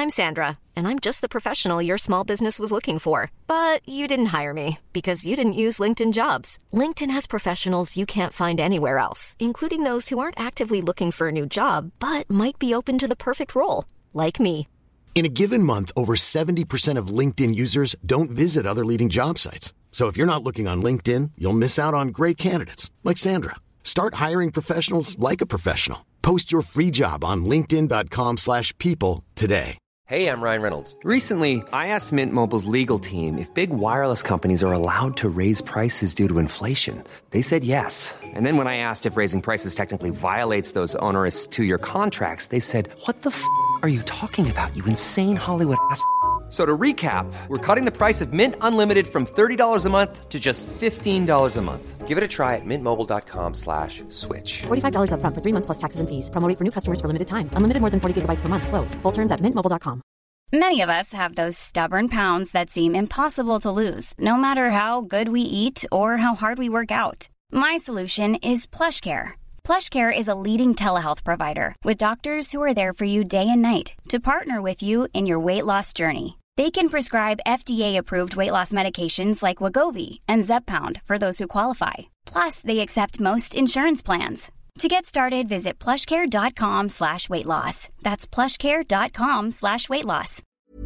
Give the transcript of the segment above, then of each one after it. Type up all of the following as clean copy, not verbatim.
I'm Sandra, and I'm just the professional your small business was looking for. But you didn't hire me because you didn't use LinkedIn Jobs. LinkedIn has professionals you can't find anywhere else, including those who aren't actively looking for a new job, but might be open to the perfect role, like me. In a given month, over 70% of LinkedIn users don't visit other leading job sites. So if you're not looking on LinkedIn, you'll miss out on great candidates like Sandra. Start hiring professionals like a professional. Post your free job on linkedin.com/people today. Hey, I'm Ryan Reynolds. Recently, I asked Mint Mobile's legal team if big wireless companies are allowed to raise prices due to inflation. They said yes. And then when I asked if raising prices technically violates those onerous two-year contracts, they said, what the f*** are you talking about, you insane Hollywood ass? So to recap, we're cutting the price of Mint Unlimited from $30 a month to just $15 a month. Give it a try at mintmobile.com/switch. $45 up front for 3 months plus taxes and fees. Promo rate for new customers for limited time. Unlimited more than 40 gigabytes per month. Slows full terms at mintmobile.com. Many of us have those stubborn pounds that seem impossible to lose, no matter how good we eat or how hard we work out. My solution is PlushCare. PlushCare is a leading telehealth provider with doctors who are there for you day and night to partner with you in your weight loss journey. They can prescribe FDA-approved weight loss medications like Wegovy and Zepbound for those who qualify. Plus, they accept most insurance plans. To get started, visit plushcare.com/weightloss. That's plushcare.com/weightloss.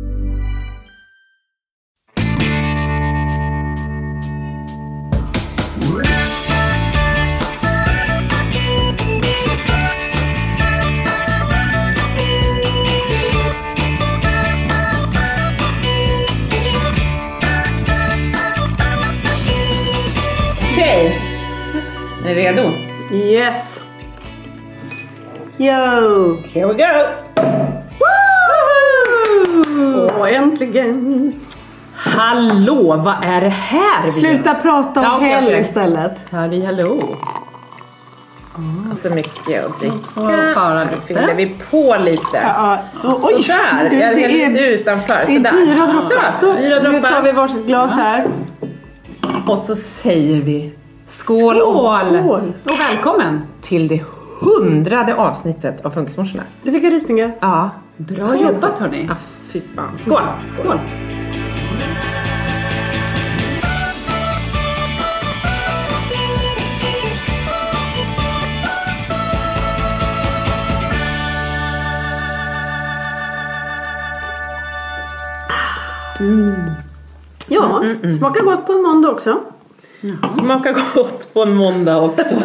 Okej, är ni redo? Yes. Yo, Here we go! äntligen. Hallå, vad är det här? Sluta prata om helg istället. Hallå. Så mycket att dricka. Bara Då fyller vi på lite. Ja, oj, sådär, jag häller lite utanför. Det är dyra droppar. Så, dyra droppar. Nu tar vi varsitt glas här. Och så säger vi skål. Skål. Och välkommen till det 100:e avsnittet av Funkismorsorna. Du fick rysningar. Ja. Bra jobbat hörni. Ja, fy fan. Skål. Skål. Ja, smakar gott på en måndag också. Smakar gott på en måndag också.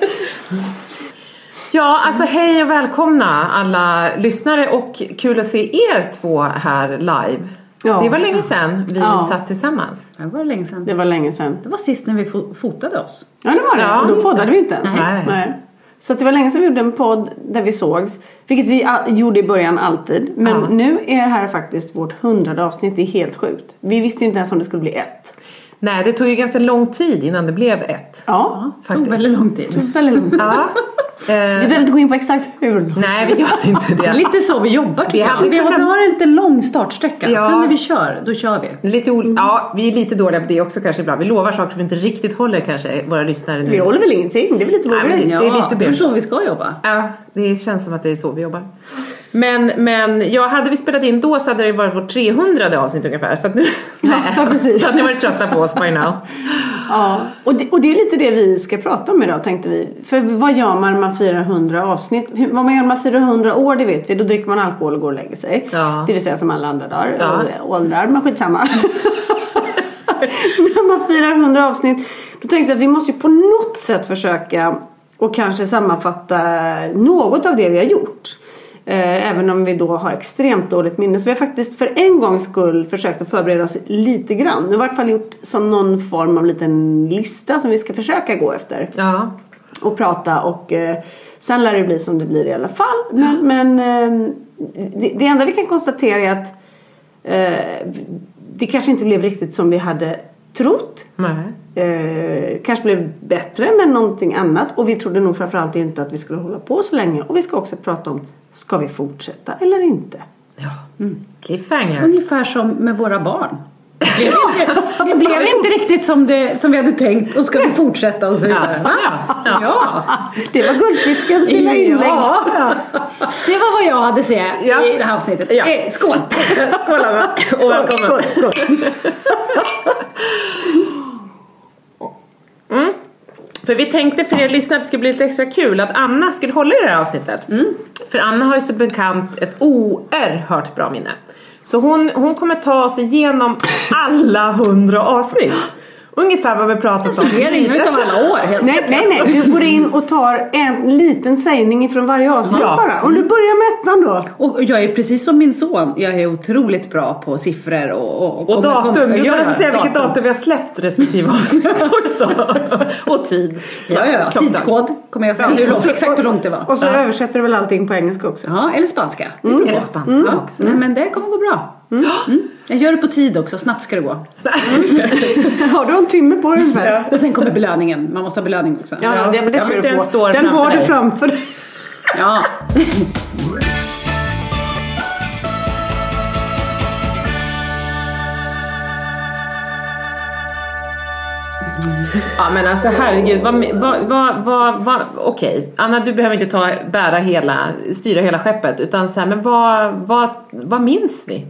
Ja, alltså hej och välkomna alla lyssnare och kul att se er två här live. Ja. Det var länge sedan vi satt tillsammans. Det var länge sedan. Det var länge sedan. Det var sist när vi fotade oss. Ja, det var det. Ja, och då poddade vi inte ens. Nej. Så att det var länge sedan vi gjorde en podd där vi sågs. Vilket vi gjorde i början alltid. Men nu är det här faktiskt vårt 100:e avsnitt. Det är helt sjukt. Vi visste ju inte ens om det skulle bli ett. Nej, det tog ju ganska lång tid innan det blev ett. Ja, faktiskt. Tog väldigt lång tid. Ja. Vi behöver inte gå in på exakt hur. Nej, vi gör inte det. Lite så vi jobbar. Vi har en lite lång startsträcka. Ja. Sen när vi kör, då kör vi. Ja, vi är lite dåliga på det också kanske ibland. Vi lovar saker som vi inte riktigt håller kanske, våra lyssnare nu. Vi håller väl ingenting, det är väl lite vår grej. Det är så vi ska jobba. Ja, det känns som att det är så vi jobbar. Men ja, hade vi spelat in då så hade det varit vårt 300:e avsnitt ungefär. Så att nu precis. Så att ni varit trötta på oss by now. Ja, och det är lite det vi ska prata om idag, tänkte vi. För vad gör man när man firar 100 avsnitt? Vad man gör när man firar 100 år, det vet vi. Då dricker man alkohol och går och lägger sig. Ja. Det vill säga som alla andra dagar. Och åldrar, men skitsamma. När man firar 100 avsnitt, då tänkte jag att vi måste ju på något sätt försöka och kanske sammanfatta något av det vi har gjort. Även om vi då har extremt dåligt minne. Så vi har faktiskt för en gångs skull försökt att förbereda oss lite grann. Nu har i vart fall gjort som någon form av liten lista som vi ska försöka gå efter. Ja. Och prata och sen lär det bli som det blir i alla fall. Men det enda vi kan konstatera är att det kanske inte blev riktigt som vi hade trott. Kanske blev bättre med någonting annat. Och vi trodde nog framförallt inte att vi skulle hålla på så länge. Och vi ska också prata om, ska vi fortsätta eller inte? Ja, cliffhanger. Ungefär som med våra barn. Det blev inte riktigt som vi hade tänkt. Och ska vi fortsätta och så vidare. Ja. Det var Guldfiskens lilla inlägg. Det var vad jag hade att säga i det här avsnittet. Ja. Skål! Skål Anna! Och välkommen! Skål. För vi tänkte för er lyssnare att det skulle bli lite extra kul att Anna skulle hålla i det här avsnittet. För Anna har ju så bekant ett oerhört bra minne. Så hon kommer ta oss igenom alla 100 avsnitt. Ungefär vad vi pratat om. Det är inget av alla år. Nej. Du går in och tar en liten sägning från varje avsnitt bara. Om du börjar med ettan då. Och jag är precis som min son. Jag är otroligt bra på siffror och datum. Du kan säga vilket datum vi har släppt respektive avsnitt också. Och tid. Ja. Tidskod kommer jag säga. Exakt hur långt det var. Och så översätter du väl allting på engelska också? Ja, eller spanska. Eller spanska också. Nej, men det kommer gå bra. Jag gör det på tid också, snabbt ska det gå. Har du en timme på dig ungefär? Ja. Och sen kommer belöningen, man måste ha belöning också. Ja, men det ska du få. Står den har du framför dig. Ja. Ja men alltså herregud, okej. Anna, du behöver inte styra hela skeppet, utan så här, men vad minns vi?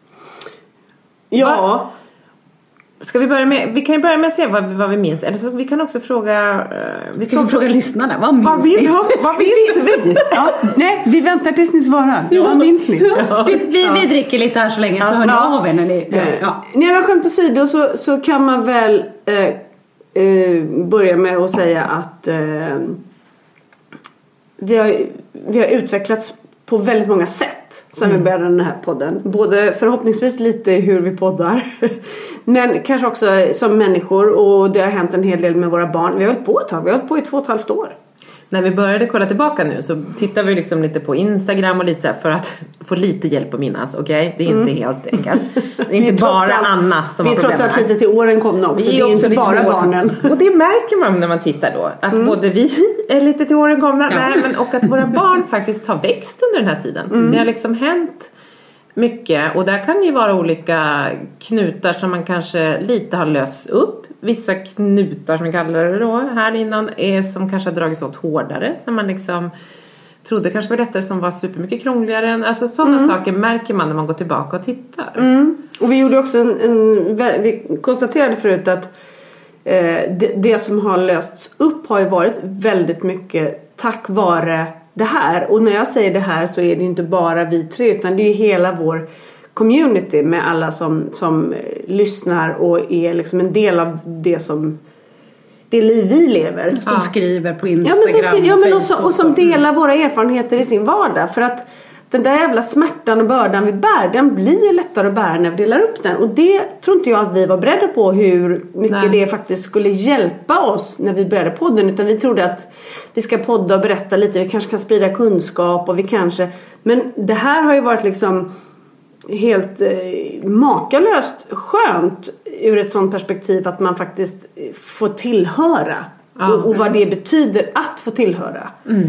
Ja. Ska vi börja med, vi kan ju börja med att se vad vi minns, eller så vi kan också fråga vi fråga lyssnarna, vad minns ni? Vad minns vi? Ja, nej, vi väntar tills ni svarar. Vad minns ni? Vi dricker lite här så länge, så hör ni av er när ni... Nej, men skämt åsido så kan man väl börja med att säga att vi har utvecklats på väldigt många sätt sen vi började den här podden. Både förhoppningsvis lite hur vi poddar, men kanske också som människor, och det har hänt en hel del med våra barn. Vi har hållit på ett tag, vi har hållit på i 2,5 år. När vi började kolla tillbaka nu så tittar vi liksom lite på Instagram och lite så här för att få lite hjälp att minnas, okej? Det är inte helt enkelt. Det är inte bara Anna som har problem. Vi är trots allt lite till åren komna också. Det är inte bara barnen. Och det märker man när man tittar då. Att både vi är lite till åren komna, och att våra barn faktiskt har växt under den här tiden. Det har liksom hänt mycket. Och där kan det ju vara olika knutar som man kanske lite har löst upp. Vissa knutar som vi kallar det då här innan är som kanske har dragits åt hårdare. Som man liksom trodde kanske var lättare, som var supermycket krångligare. Alltså sådana saker märker man när man går tillbaka och tittar. Och vi gjorde också vi konstaterade förut att det som har lösts upp har ju varit väldigt mycket tack vare det här. Och när jag säger det här så är det inte bara vi tre, utan det är hela vår community med alla som lyssnar och är liksom en del av det liv vi lever. Som skriver på Instagram. Och som delar våra erfarenheter i sin vardag. För att den där jävla smärtan och bördan vi bär, den blir ju lättare att bära när vi delar upp den. Och det tror inte jag att vi var beredda på, hur mycket det faktiskt skulle hjälpa oss när vi började podden. Utan vi trodde att vi ska podda och berätta lite, vi kanske kan sprida kunskap och men det här har ju varit liksom helt makalöst skönt ur ett sånt perspektiv att man faktiskt får tillhöra. Och vad det betyder att få tillhöra.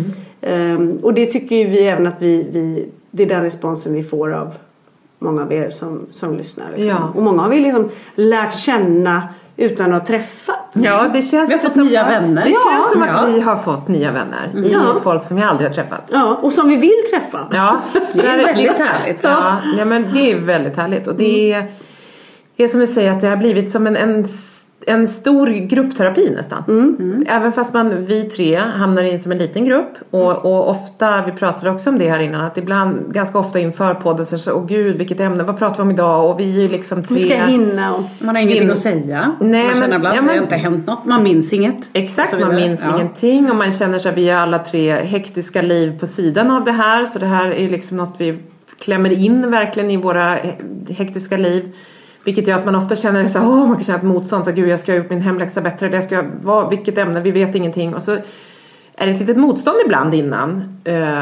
Och det tycker ju vi även att vi det är den responsen vi får av många av er som lyssnar liksom. Och många har vi liksom lärt känna utan att ha träffat. Ja, det känns vi har fått nya vänner. Det känns som att vi har fått nya vänner i folk som vi aldrig har träffat. Ja, och som vi vill träffa. Ja, det är väldigt härligt. Ja, men det är väldigt härligt. Och det är som vi säger, att det har blivit som en stor gruppterapi nästan. Även fast vi tre hamnar in som en liten grupp. Och ofta, vi pratade också om det här innan, att ibland, ganska ofta inför podden så gud, vilket ämne, vad pratar vi om idag? Och vi är liksom tre. Vi ska hinna. Man har ingenting att säga. Nej, man känner ibland, det har inte hänt något. Man minns inget. Exakt, man minns ingenting. Och man känner sig att vi har alla tre hektiska liv på sidan av det här. Så det här är liksom något vi klämmer in verkligen i våra hektiska liv. Vilket gör att man ofta känner så man kan känna ett motstånd. Så gud, jag ska ha gjort min hemläxa bättre. Det ska vara vilket ämne, vi vet ingenting. Och så är det ett litet motstånd ibland innan.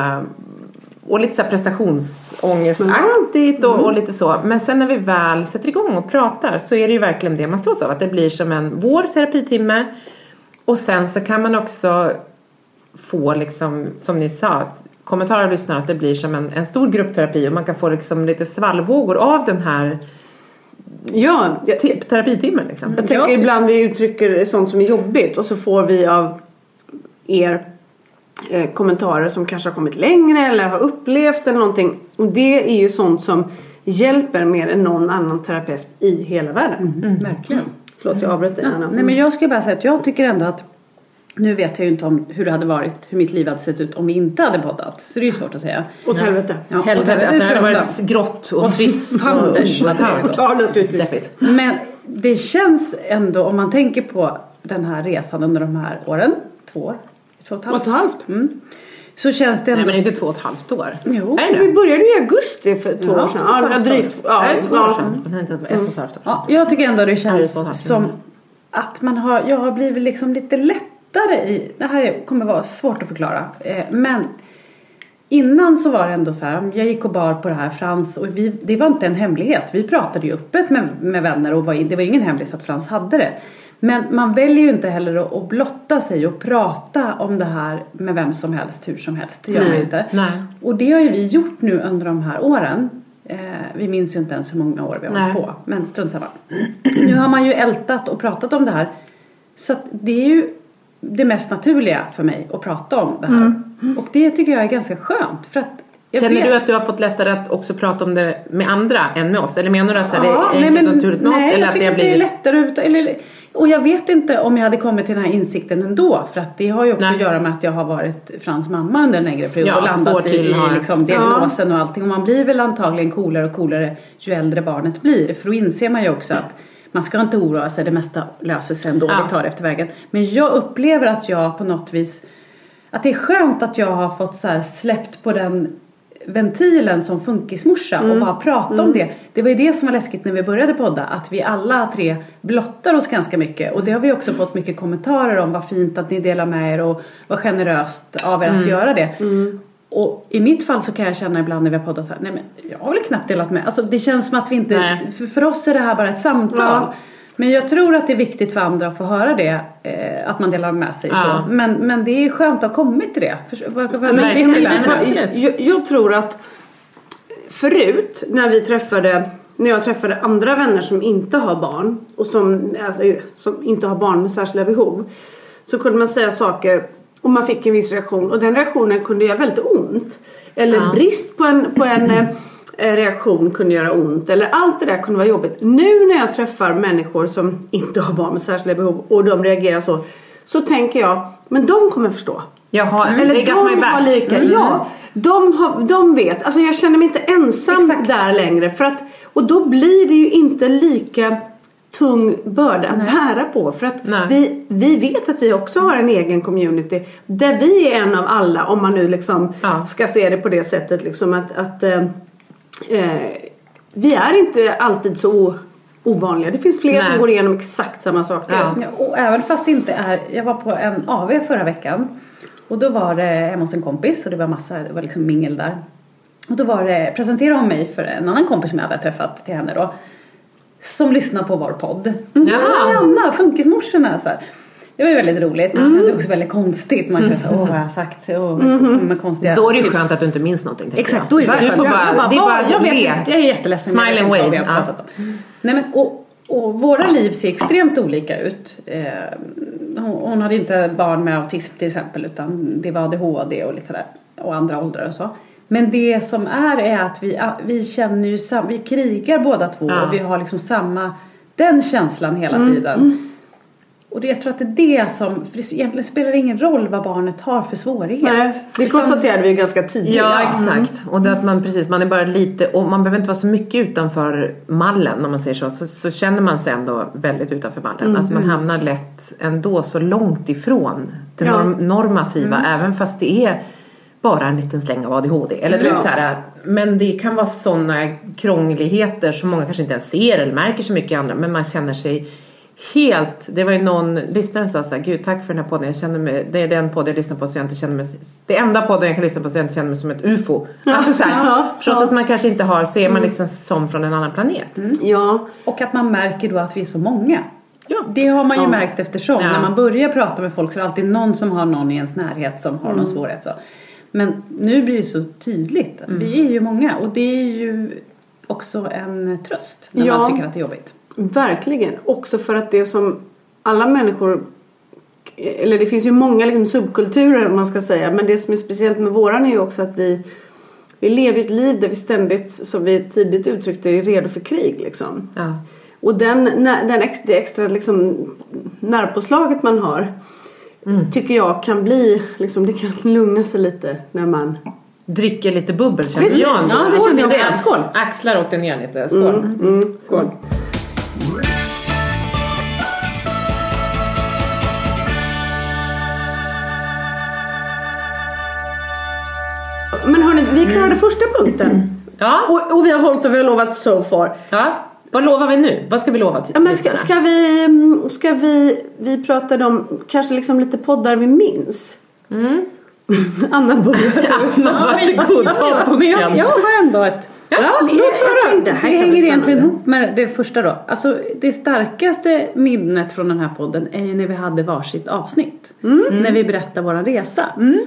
Och lite så här prestationsångestaktigt och lite så. Men sen när vi väl sätter igång och pratar så är det ju verkligen det man slås av. Att det blir som vår terapitimme. Och sen så kan man också få liksom, som ni sa, kommentarer och lyssnar, att det blir som en stor gruppterapi. Och man kan få liksom lite svallvågor av den här terapitimmen liksom. Jag tänker ibland vi uttrycker sånt som är jobbigt och så får vi av er kommentarer som kanske har kommit längre eller har upplevt eller någonting. Och det är ju sånt som hjälper mer än någon annan terapeut i hela världen. Verkligen. Förlåt, jag avbröt dig, Anna. Nej, men jag skulle bara säga att jag tycker ändå att nu vet jag ju inte om hur det hade varit, hur mitt liv hade sett ut om vi inte hade poddat. Så det är ju svårt att säga. Åt helvete. Ja, Helvete, alltså det hade varit grått och trist fanders. Ja, naturligtvis. Men det känns ändå, om man tänker på den här resan under de här åren, 2 år, 2,5. Så känns det ändå... Nej, men inte 2,5 år. Jo. Vi började ju i augusti för 2 år sedan. Ja, drygt. Ja, 2 år sedan. Men inte 1,5 år. Ja, jag tycker ändå det känns som att jag har blivit liksom lite lättare i... Det här kommer vara svårt att förklara. Men innan så var det ändå så här, jag gick och bar på det här Frans, och det var inte en hemlighet. Vi pratade ju öppet med vänner och det var ingen hemlighet att Frans hade det. Men man väljer ju inte heller att blotta sig och prata om det här med vem som helst, hur som helst. Det gör man ju inte. Nej. Och det har ju vi gjort nu under de här åren. Vi minns ju inte ens hur många år vi har hållit på. Men strunt samma. Nu har man ju ältat och pratat om det här. Så att det är ju det mest naturliga för mig att prata om det här. Och det tycker jag är ganska skönt. För att känner du att du har fått lättare att också prata om det med andra än med oss? Eller menar du att det är enkelt naturligt med oss? Eller att det har blivit... det är lättare. Och jag vet inte om jag hade kommit till den här insikten ändå. För att det har ju också att göra med att jag har varit Frans mamma under en längre period. Och landat i liksom diagnosen och allting. Och man blir väl antagligen coolare och coolare ju äldre barnet blir. För då inser man ju också att man ska inte oroa sig. Det mesta löser sig ändå. Vi tar det efter vägen. Men jag upplever att jag på något vis... Att det är skönt att jag har fått så här släppt på den ventilen som funkismorsa och bara prata om det. Det var ju det som var läskigt när vi började podda, att vi alla 3 blottar oss ganska mycket, och det har vi också fått mycket kommentarer om. Vad fint att ni delar med er och vad generöst av er att göra det. Och i mitt fall så kan jag känna ibland när vi har poddat så här, nej men jag har väl knappt delat med. Alltså det känns som att vi inte, för oss är det här bara ett samtal. Men jag tror att det är viktigt för andra att få höra det, att man delar med sig. Så. Men det är skönt att ha kommit till det. Jag tror att förut när jag träffade andra vänner som inte har barn och som inte har barn med särskilda behov, så kunde man säga saker och man fick en viss reaktion, och den reaktionen kunde göra väldigt ont. Eller brist på en reaktion kunde göra ont, eller allt det där kunde vara jobbigt. Nu när jag träffar människor som inte har barn med särskilda behov och de reagerar så tänker jag, men de kommer förstå. Eller de har lika, de vet. Alltså jag känner mig inte ensam där längre, för att, och då blir det ju inte lika tung börda att bära på, för att vi vet att vi också har en egen community där vi är en av alla, om man nu liksom ska se det på det sättet liksom att vi är inte alltid så ovanliga. Det finns fler som går igenom exakt samma saker. Och även fast det inte är... Jag var på en AV förra veckan. Och då var det hemma hos en kompis. Och det var liksom mingel där. Och då presenterade hon mig för en annan kompis som jag hade träffat till henne då. Som lyssnade på vår podd. Anna, funkismorsorna så här. Det var ju väldigt roligt. Det känns också väldigt konstigt. Man kan säga, vad har jag sagt? Med konstiga då är det ju skönt att du inte minns någonting. Exakt, då är det du får jag är jätteledsen. Smile and wave. Nej, men, och våra liv ser extremt olika ut. Hon hade inte barn med autism till exempel, utan det var ADHD och lite där. Och andra åldrar och så. Men det som är att vi känner ju vi krigar båda två. Och vi har liksom den känslan hela tiden. Och jag tror att det är det som... För det egentligen spelar det ingen roll vad barnet har för svårighet. Nej, det konstaterade vi ganska tidigt. Ja, exakt. Och det att man är bara lite... Och man behöver inte vara så mycket utanför mallen, om man säger så känner man sig ändå väldigt utanför mallen. Alltså man hamnar lätt ändå så långt ifrån det normativa. Även fast det är bara en liten släng av ADHD. Eller du vet så här, men det kan vara sådana krångligheter som många kanske inte ens ser eller märker så mycket andra. Men man känner sig... det var ju någon lyssnare som sa så här, gud tack för den här podden, jag känner mig, det är den podden jag lyssnar på så jag inte känner mig, det enda podden jag kan lyssna på så jag inte känner mig som ett UFO. Alltså så här, trots att man kanske inte har, så är man liksom som från en annan planet. Och att man märker då att vi är så många. Det har man ju märkt eftersom när man börjar prata med folk så är det alltid någon som har någon i ens närhet som har någon svårighet så. Men nu blir det så tydligt, vi är ju många, och det är ju också en tröst när man tycker att det är jobbigt. Verkligen. Också för att det som alla människor eller det finns ju många liksom subkulturer om man ska säga, men det som är speciellt med våran är ju också att vi lever ett liv där vi ständigt, som vi tidigt uttryckte, är redo för krig liksom. Ja. Och det extra liksom närpåslaget man har tycker jag kan bli liksom, det kan lugna sig lite när man dricker lite bubbel. Precis. Ja, det känner det. Skål. Axlar åkte ner lite. Skål. Skål. Men hörni, vi klarade första punkten. Ja. Och vi har hållit och vi har lovat so far. Ja. Vad lovar vi nu? Vad ska vi lova till? Ja, men ska vi prata om kanske liksom lite poddar vi minns? Anna börjar. Anna, varsågod. Jag har ändå ett... Det hänger egentligen ihop med det första då. Alltså det starkaste minnet från den här podden är ju när vi hade varsitt avsnitt. När vi berättar vår resa.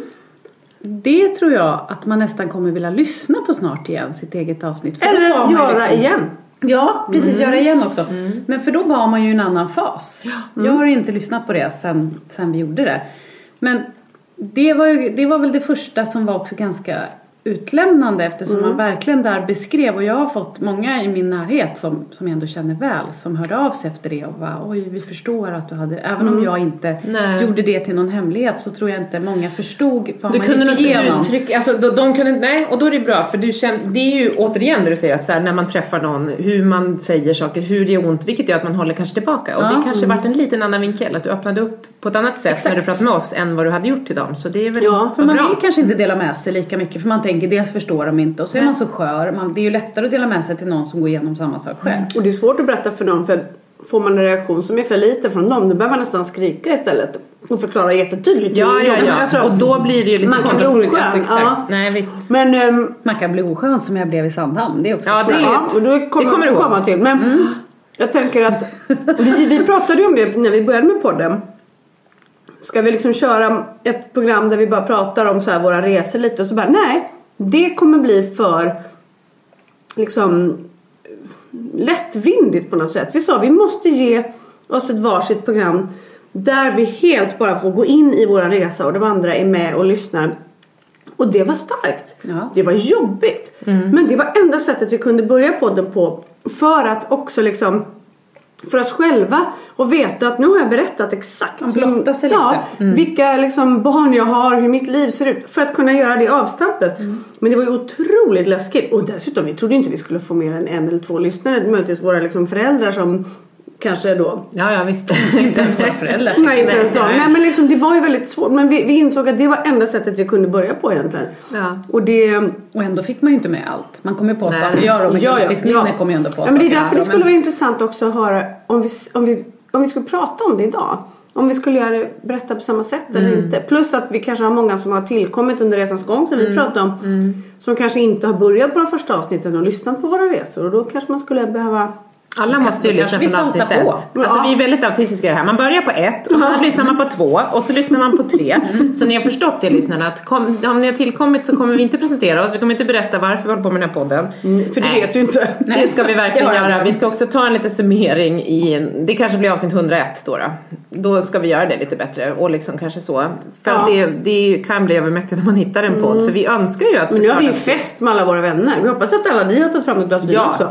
Det tror jag att man nästan kommer vilja lyssna på snart igen, sitt eget avsnitt. För eller göra igen. Ja, precis, göra igen också. Men för då var man ju i en annan fas. Jag har inte lyssnat på det sen vi gjorde det. Men det var väl det första som var också ganska utlämnande, eftersom man verkligen där beskrev, och jag har fått många i min närhet som jag ändå känner väl, som hörde av sig efter det och bara, oj, vi förstår att du hade, även om jag inte gjorde det till någon hemlighet, så tror jag inte många förstod vad du man kunde gick igenom. Uttrycka, alltså de kunde, nej, och då är det bra, för du känner, det är ju återigen det du säger, att så här, när man träffar någon, hur man säger saker, hur det är ont, vilket gör att man håller kanske tillbaka, och det kanske varit en liten annan vinkel, att du öppnade upp på ett annat sätt när du pratade med oss än vad du hade gjort till dem, så det är väl för man vill kanske inte dela med sig lika mycket, för man tänker, dels förstår de inte, och så är man så skör, det är ju lättare att dela med sig till någon som går igenom samma sak själv. Och det är svårt att berätta för dem, för får man en reaktion som är för lite från dem, då behöver man nästan skrika istället och förklara jättetydligt. Ja. Alltså, och då blir det ju lite kontraproduktivt. Nej, visst. Men man kan bli oskön som jag blev i Sandhamn. Det är också och då kommer det komma till. Men jag tänker att vi pratade ju om det när vi började med podden. Ska vi liksom köra ett program där vi bara pratar om så här våra resor lite, och så bara nej, det kommer bli för liksom lättvindigt på något sätt. Vi sa vi måste ge oss ett varsitt program där vi helt bara får gå in i våra resa och de andra är med och lyssnar. Och det var starkt. Ja. Det var jobbigt. Men det var enda sättet vi kunde börja podden på, för att också liksom för oss själva och veta att nu har jag berättat exakt blotta sig lite. Vilka liksom barn jag har, hur mitt liv ser ut, för att kunna göra det avstampet. Men det var ju otroligt läskigt, och dessutom vi trodde inte vi skulle få mer än 1 eller 2 lyssnare, möjligtvis våra liksom föräldrar som kanske då visst inte ens våra föräldrar. Nej, inte ens dem. Nej, men liksom det var ju väldigt svårt, men vi insåg att det var enda sättet vi kunde börja på egentligen. Och ändå fick man ju inte med allt. Man kom ju på saker. Fiskminne kom ju ändå på. Men det är därför det skulle vara intressant också att höra om vi skulle prata om det idag. Om vi skulle berätta på samma sätt eller inte. Plus att vi kanske har många som har tillkommit under resans gång som vi pratar om. Som kanske inte har börjat på de första avsnitten och lyssnat på våra resor. Och då kanske man skulle behöva... Alla måste ju lyssna på avsnitt 1. Alltså vi är väldigt autistiska i det här. Man börjar på 1 och så lyssnar man på 2 och så lyssnar man på 3. Så ni har förstått det, lyssnarna, att om ni har tillkommit så kommer vi inte presentera oss. Vi kommer inte berätta varför vi håller på med den här podden. För det vet du inte. Det ska vi verkligen göra. Vi ska också ta en liten summering det kanske blir avsnitt 101 då. Då ska vi göra det lite bättre och liksom kanske så. För att det kan bli övermäktigt när man hittar en podd. För vi önskar ju att... Men nu har vi fest med alla våra vänner. Vi hoppas att alla ni har tagit fram ett glas vin också.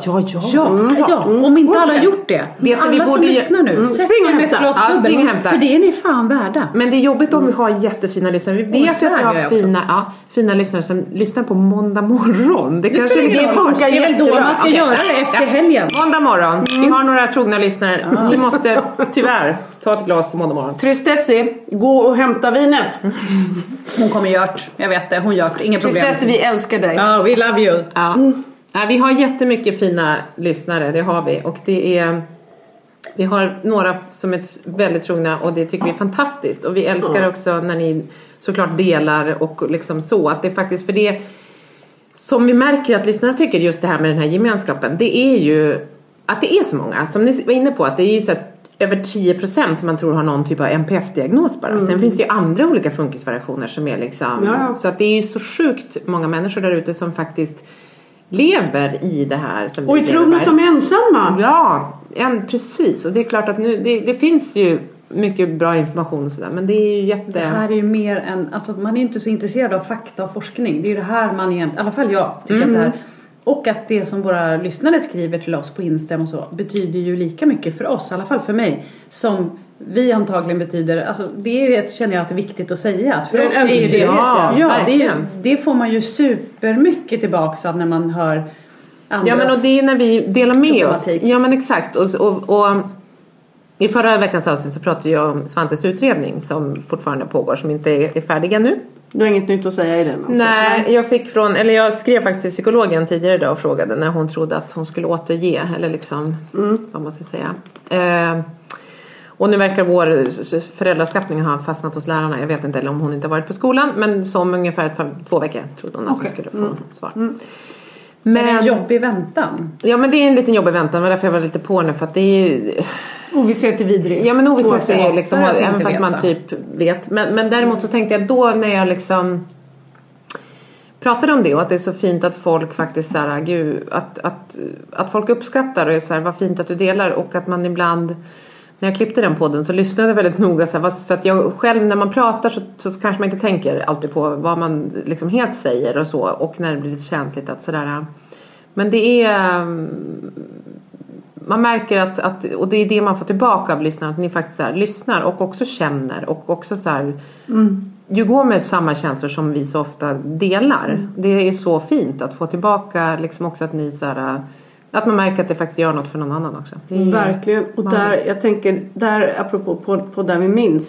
Ja. Om inte alla har gjort det. Alla som lyssnar nu, spring och hämta. För det är ni fan värda. Men det är jobbigt om vi har jättefina lyssnare. Vi vet ju att vi har fina lyssnare som lyssnar på måndag morgon. Det kanske det funkar ju. Det är väl då man ska göra det efter helgen. Måndag morgon. Vi har några trogna lyssnare. Ni måste tyvärr ta ett glas på måndag morgon. Tristessi, gå och hämta vinet. Hon kommer gjort. Jag vet det. Hon gjort. Inga problem. Tristessi, vi älskar dig. Ja, we love you. Ja. Vi har jättemycket fina lyssnare, det har vi. Och vi har några som är väldigt trogna och det tycker vi är fantastiskt. Och vi älskar också när ni såklart delar och liksom så. Att det är faktiskt, för det som vi märker att lyssnarna tycker just det här med den här gemenskapen. Det är ju att det är så många. Som ni var inne på, att det är ju så att över 10% som man tror har någon typ av NPF-diagnos bara. Sen finns det ju andra olika funkisvariationer som är liksom... Så att det är ju så sjukt många människor där ute som faktiskt lever i det här som och tror att de är ensamma. Ja, precis. Och det är klart att nu det finns ju mycket bra information och sådär. Men det är ju Det här är ju mer än, alltså man är ju inte så intresserad av fakta och forskning. Det är ju det här man egentligen, i alla fall jag tycker att det här. Och att det som våra lyssnare skriver till oss på Instagram och så betyder ju lika mycket för oss, i alla fall för mig, som vi antagligen betyder. Alltså det känner jag att det är viktigt att säga. Att för oss är det, det får man ju supermycket tillbaka av när man hör andras. Ja, men och det är när vi delar med oss. Ja, men exakt. Och i förra veckans avsnitt så pratade jag om Svantes utredning som fortfarande pågår, som inte är färdig ännu. Du har inget nytt att säga i den? Alltså. Nej, jag skrev faktiskt till psykologen tidigare idag och frågade när hon trodde att hon skulle återge, eller liksom, vad måste jag säga. Och nu verkar vår föräldraskapning ha fastnat hos lärarna. Jag vet inte eller om hon inte varit på skolan, men som ungefär 2 veckor trodde hon att hon skulle få svar. Men en jobbig väntan. Ja, men det är en liten jobbig väntan. Det var därför jag var lite på nu. För att det är ju... Ovisshet är vidrig. Ja, men ovisshet är liksom... Även fast man typ vet. Men däremot så tänkte jag då när jag liksom... pratade om det och att det är så fint att folk faktiskt så här, gud, att folk uppskattar och är så här, vad fint att du delar. Och att man ibland... När jag klippte den podden så lyssnade jag väldigt noga så här, för att jag själv när man pratar så kanske man inte tänker alltid på vad man liksom helt säger och så, och när det blir lite känsligt att sådär, men det är man märker att och det är det man får tillbaka av lyssnarna, att ni faktiskt så här, lyssnar och också känner och också så här, ju går med samma känslor som vi så ofta delar. Det är så fint att få tillbaka liksom också att ni så här, att man märker att det faktiskt gör något för någon annan också. Verkligen. Och där, jag tänker, där apropå på där vi minns.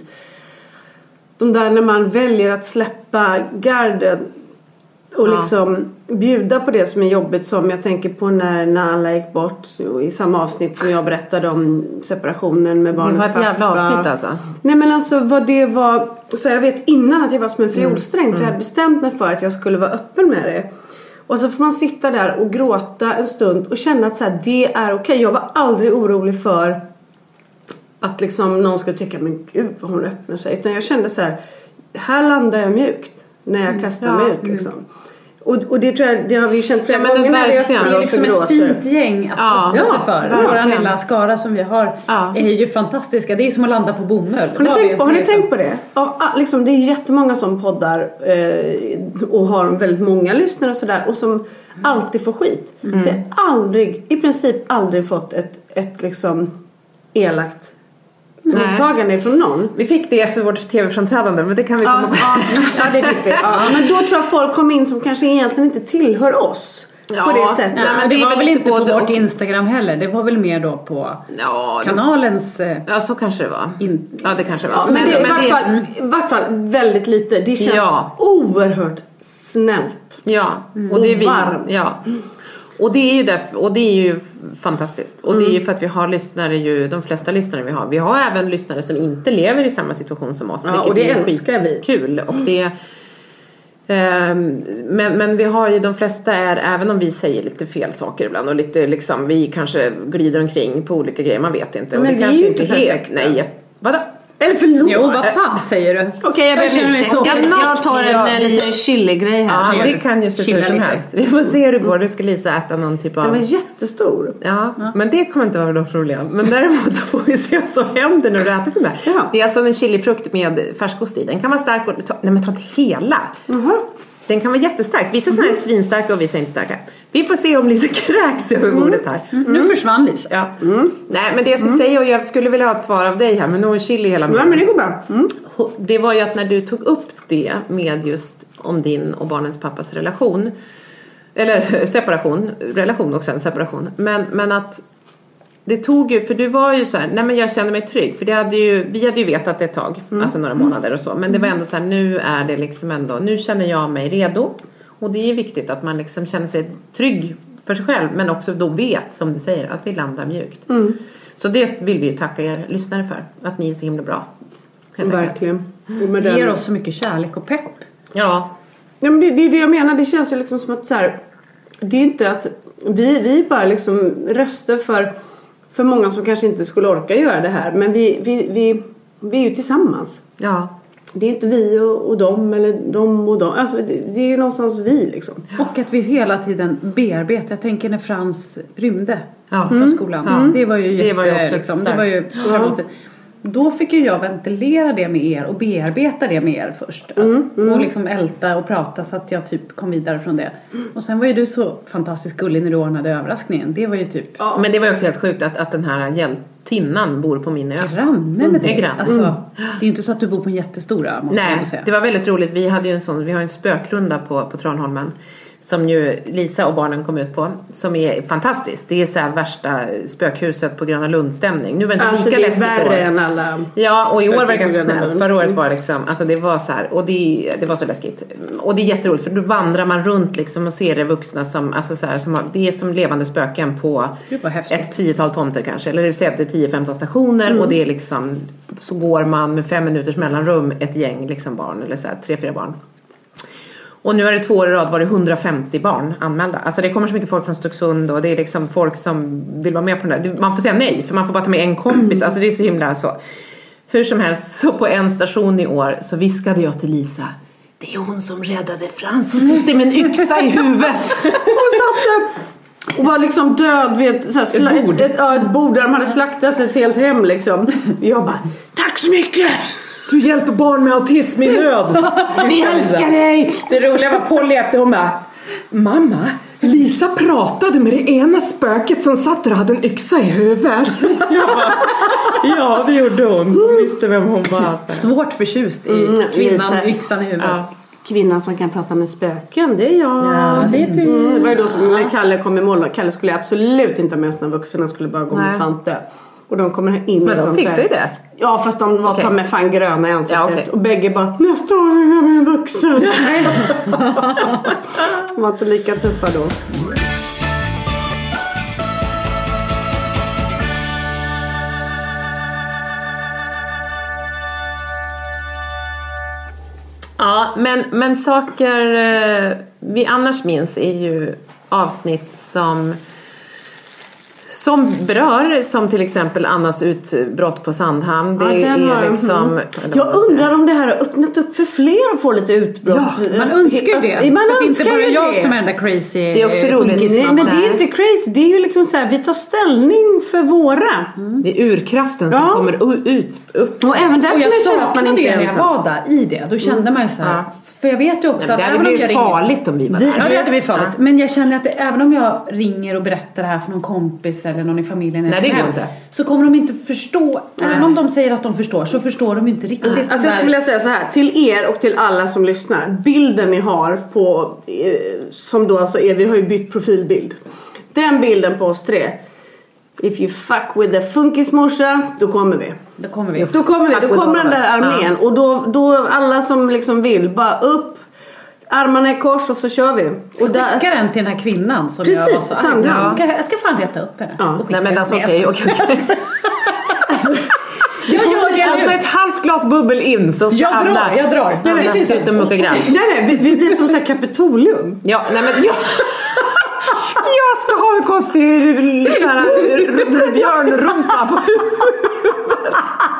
De där när man väljer att släppa garden och liksom bjuda på det som är jobbigt, som jag tänker på när alla gick bort i samma avsnitt som jag berättade om separationen med barnens pappa. Det var ett jävla avsnitt alltså. Nej, men alltså vad det var, så jag vet innan att jag var som en fiolsträng för jag hade bestämt mig för att jag skulle vara öppen med det. Och så får man sitta där och gråta en stund och känna att så här, det är okej. Jag var aldrig orolig för att liksom någon skulle tycka, men gud vad hon öppnar sig. Utan jag kände så här landar jag mjukt när jag kastar mig ut liksom. Och det tror jag, det har vi ju känt flera gånger när vi öppnar. Det är liksom ett fint gäng att öppna sig för. Våra lilla skara som vi har är ju fantastiska. Det är som att landa på bomull. Har ni tänkt på det? Liksom, det är jättemånga som poddar och har väldigt många lyssnare och sådär, och som alltid får skit. Det har i princip aldrig fått ett liksom elakt mottagande från någon. Vi fick det efter vårt tv-framträdande, men det kan vi komma på. Ja, det fick vi. Men då tror jag folk kom in som kanske egentligen inte tillhör oss. På det sättet. Ja, men det var väl inte på vårt Instagram heller. Det var väl mer då på kanalens... Ja, så kanske det var. Ja, det kanske var. Men det är i vart fall väldigt lite. Det känns oerhört snällt. Ja, och det är varmt. Ja. Och det är ju därför, och det är ju fantastiskt. Och det är ju för att vi har lyssnare, ju de flesta lyssnare vi har. Vi har även lyssnare som inte lever i samma situation som oss. Ja, och det älskar vi. Kul. Och det men vi har ju, de flesta är, även om vi säger lite fel saker ibland och lite liksom, vi kanske glider omkring på olika grejer, man vet inte. Och men det vi kanske är inte helt, nej. Vadå? Eller förlåt. Jo, vad fan säger du? Okej, jag tar en liten chili-grej här. Ja, det kan ju sluta hur som helst. Vi får se hur det går. Du ska Lisa äta någon typ av... Den var jättestor. Ja, men det kommer inte vara något problem. Men däremot så får vi se vad som händer när du äter den där. Ja. Det är alltså en chilifrukt med färskost i. Den kan vara stark och... Nej, men ta inte hela. Den kan vara jättestark. Vissa sådana är svinstarka och vissa är inte starka. Vi får se om Lisa kräks över bordet här. Nu försvann Lisa. Ja. Nej, men det jag skulle säga, och jag skulle vilja ha ett svar av dig här, men nu är chili hela med. Ja, men det går bra. Det var ju att när du tog upp det med just om din och barnens pappas relation, eller separation, relation och sen separation, men att det tog ju, för du var ju så här, nej men jag känner mig trygg, för vi hade ju vetat ett tag, alltså några månader och så, men det var ändå så här, nu är det liksom ändå, nu känner jag mig redo, och det är viktigt att man liksom känner sig trygg för sig själv, men också då vet, som du säger, att vi landar mjukt. Så det vill vi ju tacka er lyssnare för, att ni är så himla bra. Verkligen. Det ger oss så mycket kärlek och pepp. Ja. Ja, men det är det jag menar, det känns ju liksom som att så här, det är inte att vi bara liksom röster för många som kanske inte skulle orka göra det här, men vi är ju tillsammans. Ja. Det är inte vi och dem eller de och dem. Alltså det är ju någonstans vi liksom. Och att vi hela tiden bearbetar. Jag tänker när Frans rymde från skolan. Det var ju det var ju också liksom, det var ju då fick ju jag ventilera det med er och bearbeta det med er först. Och liksom älta och prata så att jag typ kom vidare från det. Och sen var ju du så fantastiskt gullig när du ordnade överraskningen. Det var ju typ... Ja. Men det var ju också helt sjukt att den här hjältinnan bor på min ö. Granne med dig. Alltså, det är ju inte så att du bor på en jättestora, måste jag säga. Det var väldigt roligt. Vi hade ju vi har en spökrunda på Tranholmen. Som ju Lisa och barnen kom ut på. Som är fantastiskt. Det är så här värsta spökhuset på Gröna Lund-stämning. Nu var det inte lika läskigt i år. Värre än alla. Ja, och i år var det ganska snällt. Förra året var liksom, alltså det var så här. Och det var så läskigt. Och det är jätteroligt. För då vandrar man runt liksom och ser det vuxna som, alltså så här, det är som levande spöken på ett 10-tal tomter kanske. Eller det vill säga att det är 10-15 stationer. Och det är liksom, så går man med 5 minuters mellanrum ett gäng liksom barn. Eller så här 3-4 barn. Och nu är det 2 år i rad var det 150 barn anmälda. Alltså det kommer så mycket folk från Stocksund och det är liksom folk som vill vara med på den där. Man får säga nej för man får bara ta med en kompis. Alltså det är så himla så. Hur som helst så på en station i år så viskade jag till Lisa. Det är hon som räddade Frans och sitter med en yxa i huvudet. Hon satt och var liksom död vid ett bord där de hade slaktat ett helt hem liksom. Jag bara, tack så mycket! Du hjälper barn med autism i nöd. Vi älskar dig. Det roliga var Polly efter hon bara, mamma, Lisa pratade med det ena spöket som satt där och hade en yxa i huvudet. Jag bara, ja, det gjorde hon. Hon visste vem hon var. Svårt förtjust i kvinnan med yxan i huvudet. Ja. Kvinnan som kan prata med spöken, det är jag. Ja, det är du. Det var ju då som Kalle kom i mål. Kalle skulle absolut inte ha med sina vuxna. Han skulle bara gå med Svante. Och de kommer in. Men de fixar ju det. Ja, fast de var ta med fan gröna i ansiktet. Ja, okay. Och bägge bara, nästa år vill jag med en vuxen. De var inte lika tuffa då. Ja, men saker vi annars minns är ju avsnitt som berör, som till exempel Annas utbrott på Sandhamn. Det är liksom... Jag undrar om det här har öppnat upp för fler att få lite utbrott. Ja, man önskar det. Man så att inte bara jag det. Som är den där crazy. Det är också roligt. Nej, men det är inte crazy. Det är ju liksom så här, vi tar ställning för våra. Det är urkraften som kommer upp. Och även där och jag känner att man inte är när jag var där i det. Då kände man ju så här... För jag vet ju också att det hade blivit farligt om vi var där. Ja, det hade blivit farligt. Men jag känner att även om jag ringer och berättar det här för någon kompis eller någon i familjen. Nej, det går inte. Så kommer de inte förstå. Även om de säger att de förstår så förstår de inte riktigt. Alltså jag skulle säga så här. Till er och till alla som lyssnar. Bilden ni har på, som då alltså är, vi har ju bytt profilbild. Den bilden på oss 3. If you fuck with the funkismorsa, då kommer vi. Då kommer den där armén. Och då alla som liksom vill, bara upp, armarna i kors och så kör vi. Och skicka den till den här kvinnan som precis, jag var så Sandra. Jag ska fan leta upp henne. Ja. Nej men alltså okej. Alltså ett halvt glas bubbel in så ska jag drar. Nej, vi syns inte mucka grann. Nej, vi blir som så här Kapitolium. Ja, nej men jag ska ha en konstig björnrumpa på huvudet.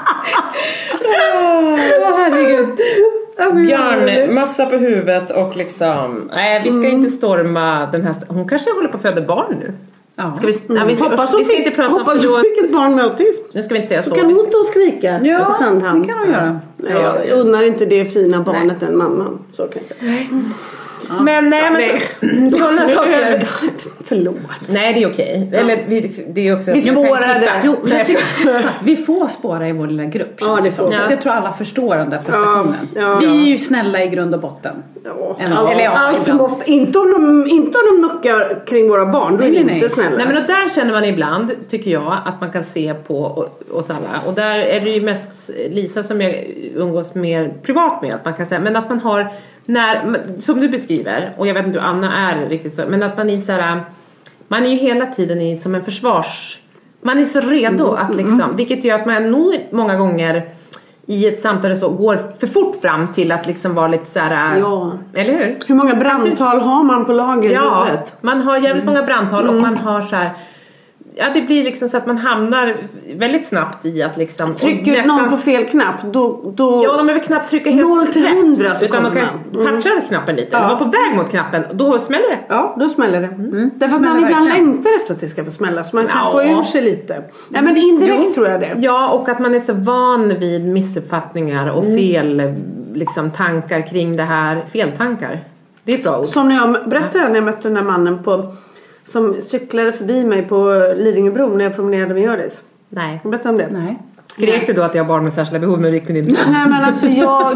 Herregud. Björnmassa på huvudet och liksom, nej vi ska inte storma den här. Hon kanske håller på att föda barn nu. Ja. Ska vi hoppas hon fick ett barn med autism. Nu ska vi inte säga så. Så kan hon stå och skrika. Ja, på Sandhamn. det kan hon göra. Jag undrar inte det fina barnet än mamman. Så kan jag säga. Ja. Men sådana saker. Förlåt. Nej, det är okej. Ja. Eller det är också. Vi spårar det. Jo, vi får spåra i vår lilla grupp. Ja, det får. Jag tror alla förstår den där prestationen. Ja. Vi är ju snälla i grund och botten. Ja. Allt som ofta, inte om de muckar kring våra barn. Då är vi inte snälla. Nej, men och där känner man ibland, tycker jag, att man kan se på oss alla. Och där är det ju mest Lisa som jag umgås mer privat med. Att man kan säga, men att man har som du beskriver, och jag vet inte hur Anna är riktigt så, men att man är så här, man är ju hela tiden som en man är så redo att liksom, vilket gör att man nog många gånger i ett samtal så går för fort fram till att liksom vara lite så här, eller hur? Hur många brandtal har man på lager i huvudet? Man har jävligt många brandtal och man har så här, Ja, det blir liksom så att man hamnar väldigt snabbt i att liksom... Trycker någon på fel knapp, då... Ja, de är väl knappt trycka helt 0 till 100 så utan de kan toucha knappen lite. De var på väg mot knappen, då smäller det. Ja, då smäller det. Därför att man ibland längtar efter att det ska få smälla. Så man kan få ur sig lite. Ja, men indirekt tror jag det. Ja, och att man är så van vid missuppfattningar och fel liksom, tankar kring det här. Feltankar. Det är bra ord. Som när jag berättade när jag mötte den här mannen som cyklade förbi mig på Lidingöbron när jag promenerade med Hjördis. Nej. Jag berättade om det. Nej. Skrek du då att jag har barn med särskilda behov när du gick med din? Nej, men alltså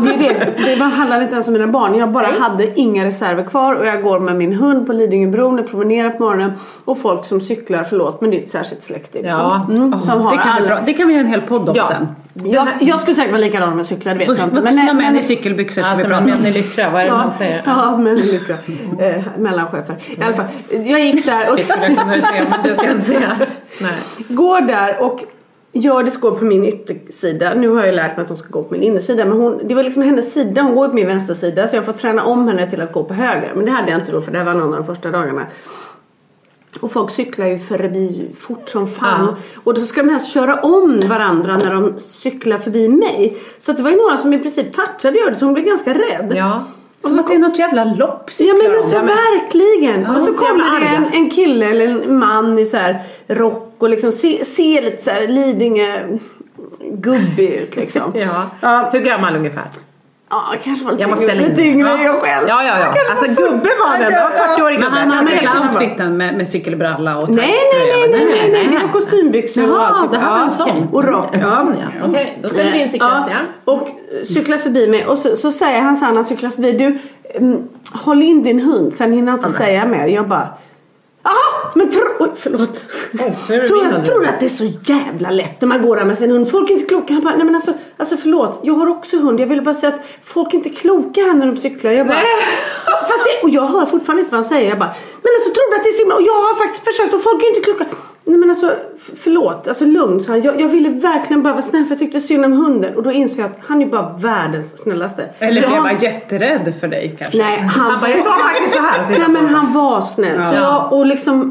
det handlade inte ens om mina barn. Jag bara hade inga reserver kvar och jag går med min hund på Lidingöbron och promenerar på morgonen och folk som cyklar, förlåt, men det är ett särskilt släkte. Ja. Det kan vi göra en hel podd om sen. Jag skulle säkert vara likadan om jag cyklar, det vet jag inte. Men män i cykelbyxor ska vi prata om. Män i lyckra, vad är det man säger? Ja, män i lyckra. Mellanchefer. I alla fall, jag gick där och... Det skulle jag kunna säga, men det ska jag inte säga. Nej. Går där och Hjördis går på min yttersida. Nu har jag lärt mig att hon ska gå på min innersida. Men det var liksom hennes sida. Hon går på min vänstersida. Så jag får träna om henne till att gå på höger. Men det hade jag inte då, för det var någon av de första dagarna. Och folk cyklar ju förbi fort som fan. Ja. Och då ska de helst köra om varandra när de cyklar förbi mig. Så att det var ju några som i princip touchade Hjördis. Så hon blev ganska rädd. Ja. Som att det är något jävla lopp. Ja, men alltså verkligen. Ja, och så kommer det en kille eller en man i så här rock och liksom ser lite så här Lidingö gubbig ut liksom. Ja. Hur gammal ungefär? Ja, kanske var lite yngre än jag själv. Ja. Alltså gubbe var den. 40-årig gubbe. Men han hade hela outfiten med cykelbralla och nej. Det var kostymbyxor och allt. Det här var en sån. Och rock. Okej, då ställer vi in cykeln. Och cyklar förbi mig. Och så säger han så här när han cyklar förbi. Du, håll in din hund. Sen hinner jag inte säga mer. Jag bara... Aha, men förlåt. Tror att det är så jävla lätt när man går där med sin hund. Folk är inte kloka. Han bara, nej men alltså förlåt. Jag har också hund. Jag vill bara säga att folk är inte kloka här när de cyklar. Jag bara, och jag hör fortfarande inte vad han säger. Jag bara, men alltså tror du att det är simma? Och jag har faktiskt försökt och folk är inte kloka. Nej men alltså, förlåt. Alltså lugn, så han. Jag ville verkligen bara vara snäll för jag tyckte synd om hunden. Och då insåg jag att han är bara världens snällaste. Eller jag var jätterädd för dig kanske. Nej, han bara, jag sa faktiskt så här. Nej men han var snäll. Så jag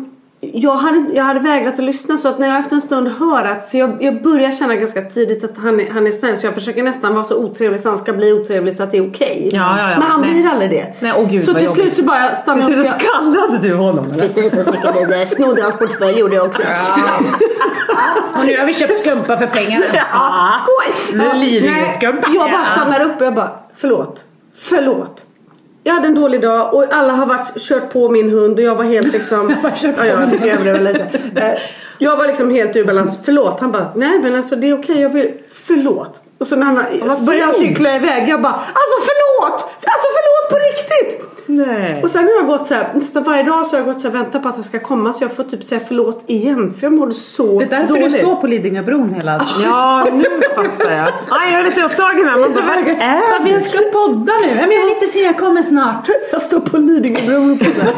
hade vägrat att lyssna, så att när jag efter en stund hör att, för jag börjar känna ganska tidigt att han är snäll, så jag försöker nästan vara så otrevlig så han ska bli otrevlig så att det är okej. Ja. Men han blir aldrig det. Nej, Gud, så till slut så bara stannade jag. Så skallade du honom eller? Precis, jag cyklade vidare. Snodde hans portfölj, gjorde jag också. Och nu har vi köpt skumpa för pengar. Skoj! Skumpa. Jag bara stannar upp och jag bara, förlåt. Jag hade en dålig dag och alla har kört på min hund och jag var helt liksom... jag fick överdriva lite. Jag var liksom helt ur balans. Förlåt. Han bara, nej men alltså det är okej. Jag vill... Förlåt. Och så när han började cykla iväg, jag bara, alltså förlåt på riktigt. Nej. Och sen har jag gått så här, nästan varje dag så har jag gått så här, vänta på att han ska komma, så jag får typ säga förlåt igen, för jag mådde så dåligt. Det är därför du står på Lidingöbron hela tiden. Ja, nu fattar jag. Jag är lite upptagen här. Vi ska podda nu. Men jag vill inte se, jag kommer snart. Jag står på Lidingöbron och poddar.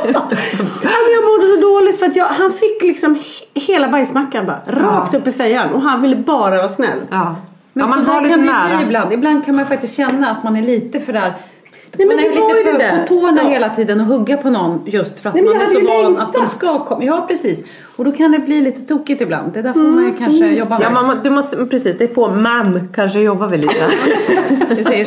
Jag mådde så dåligt för att han fick liksom hela bajsmackan bara rakt upp i fejan och han ville bara vara snäll. Ja. Men man har lite nära. Ibland kan man faktiskt känna att man är lite för där. Nej, man är lite för på tårna hela tiden och hugga på någon just för att man är så van att de ska komma. Ja, precis. Och då kan det bli lite tokigt ibland. Det är därför man kanske jobbar med. Ja, du måste, precis. Det får man kanske jobba väl lite. Vi säger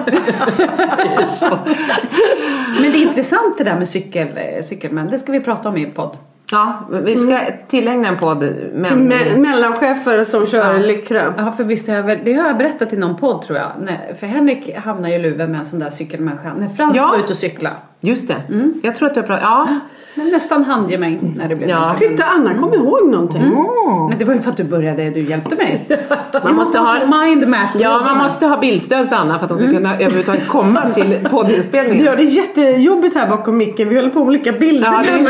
så. Men det är intressant det där med cykelmän. Det ska vi prata om i podd. Ja, vi ska tillägna en podd mellanchefer som kör lyckra. Ja, för visst det har jag berättat i någon podd tror jag. Nej, för Henrik hamnar ju i luven med en sån där cykelmänniska när Frans var ute och cykla. Just det. Jag tror att du har pratat. Men nästan handgemäng när det blev. Ja. Titta, Anna kommer ihåg någonting. Men det var ju för att du hjälpte mig. Man måste ha mindmap. Ja, man måste ha bildstöd för Anna för att hon ska kunna överhuvudtaget komma till poddinspelningen. Ja, det är jättejobbigt här bakom micken. Vi håller på med olika bilder.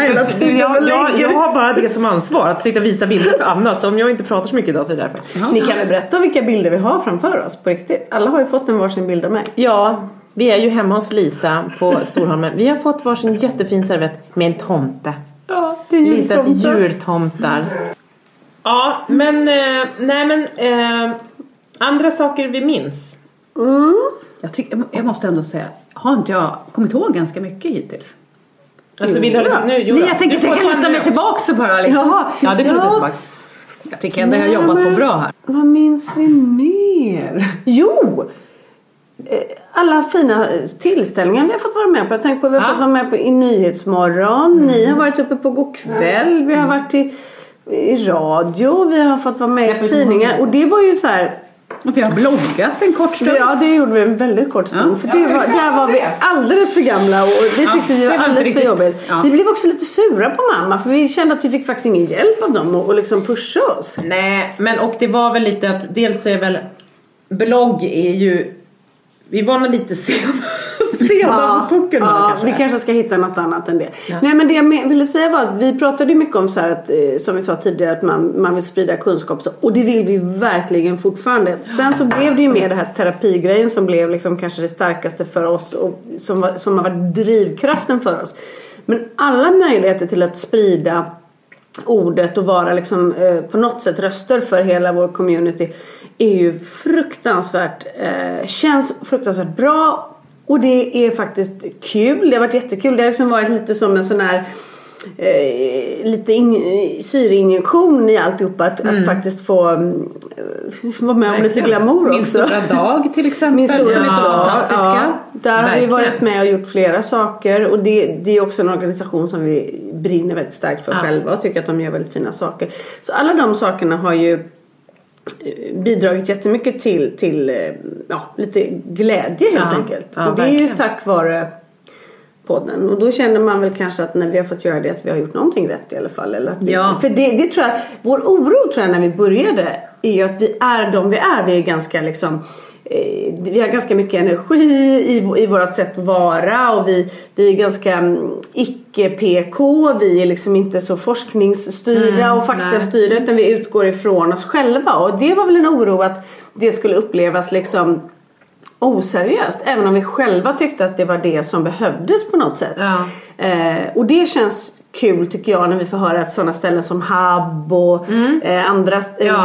Jag har bara det som ansvar att sitta och visa bilder för Anna. Så om jag inte pratar så mycket idag så är det därför. Ni kan väl berätta vilka bilder vi har framför oss på riktigt. Alla har ju fått en varsin bild av mig. Ja, vi är ju hemma hos Lisa på Storholmen. Vi har fått varsin jättefin servett med en tomte. Ja, det är Lisas jultomtar. Ja, men andra saker vi minns. Jag måste ändå säga, har inte jag kommit ihåg ganska mycket hittills? Alltså vill du ha lite nu? Nej, jag tänker luta mig tillbaka så bara liksom. Ja, du kan luta tillbaka. Jag tycker ändå jag har jobbat på bra här. Vad minns vi mer? Jo! Alla fina tillställningar vi har fått vara med på. Jag tänkte på att vi har fått vara med på i Nyhetsmorgon. Ni har varit uppe på Go'kväll. Vi har varit i radio. Vi har fått vara med i tidningar. Och det var ju så här... Och vi har bloggat en kort stund. Ja, det gjorde vi en väldigt kort stund. För där var vi alldeles för gamla. Och det tyckte vi var alldeles för jobbigt. Vi blev också lite sura på mamma. För vi kände att vi fick faktiskt ingen hjälp av dem. Och liksom pusha oss. Nej, men och det var väl lite att... Dels så är väl... Blogg är ju... Vi var nog lite sena på pucken. Vi kanske ska hitta något annat än det. Nej, men det jag ville säga var att vi pratade ju mycket om så här att, som vi sa tidigare, att man vill sprida kunskap. Och det vill vi verkligen fortfarande. Sen så blev det ju mer det här terapigrejen som blev liksom kanske det starkaste för oss. Och som har varit drivkraften för oss. Men alla möjligheter till att sprida ordet och vara liksom, på något sätt röster för hela vår community är ju fruktansvärt känns fruktansvärt bra, och det är faktiskt kul. Det har varit jättekul. Det har liksom varit lite som en sån här lite syreinjektion i alltihopa att faktiskt få vara med om lite glamour också. Min stora dag till exempel, som är så fantastiska. Där har vi varit med och gjort flera saker, och det är också en organisation som vi brinner väldigt starkt för själva och tycker att de gör väldigt fina saker. Så alla de sakerna har ju bidragit jättemycket till lite glädje helt enkelt. Och det är verkligen. ju tack vare podden. Och då känner man väl kanske att när vi har fått göra det att vi har gjort någonting rätt i alla fall. Eller att för det tror jag, vår oro tror jag när vi började är ju att vi är de vi är. Vi är ganska liksom... Vi har ganska mycket energi i vårt sätt att vara, och vi är ganska icke-PK, vi är liksom inte så forskningsstyrda och faktastyrda, utan vi utgår ifrån oss själva, och det var väl en oro att det skulle upplevas liksom oseriöst, även om vi själva tyckte att det var det som behövdes på något sätt. Och det känns kul tycker jag när vi får höra att sådana ställen som Hub och andra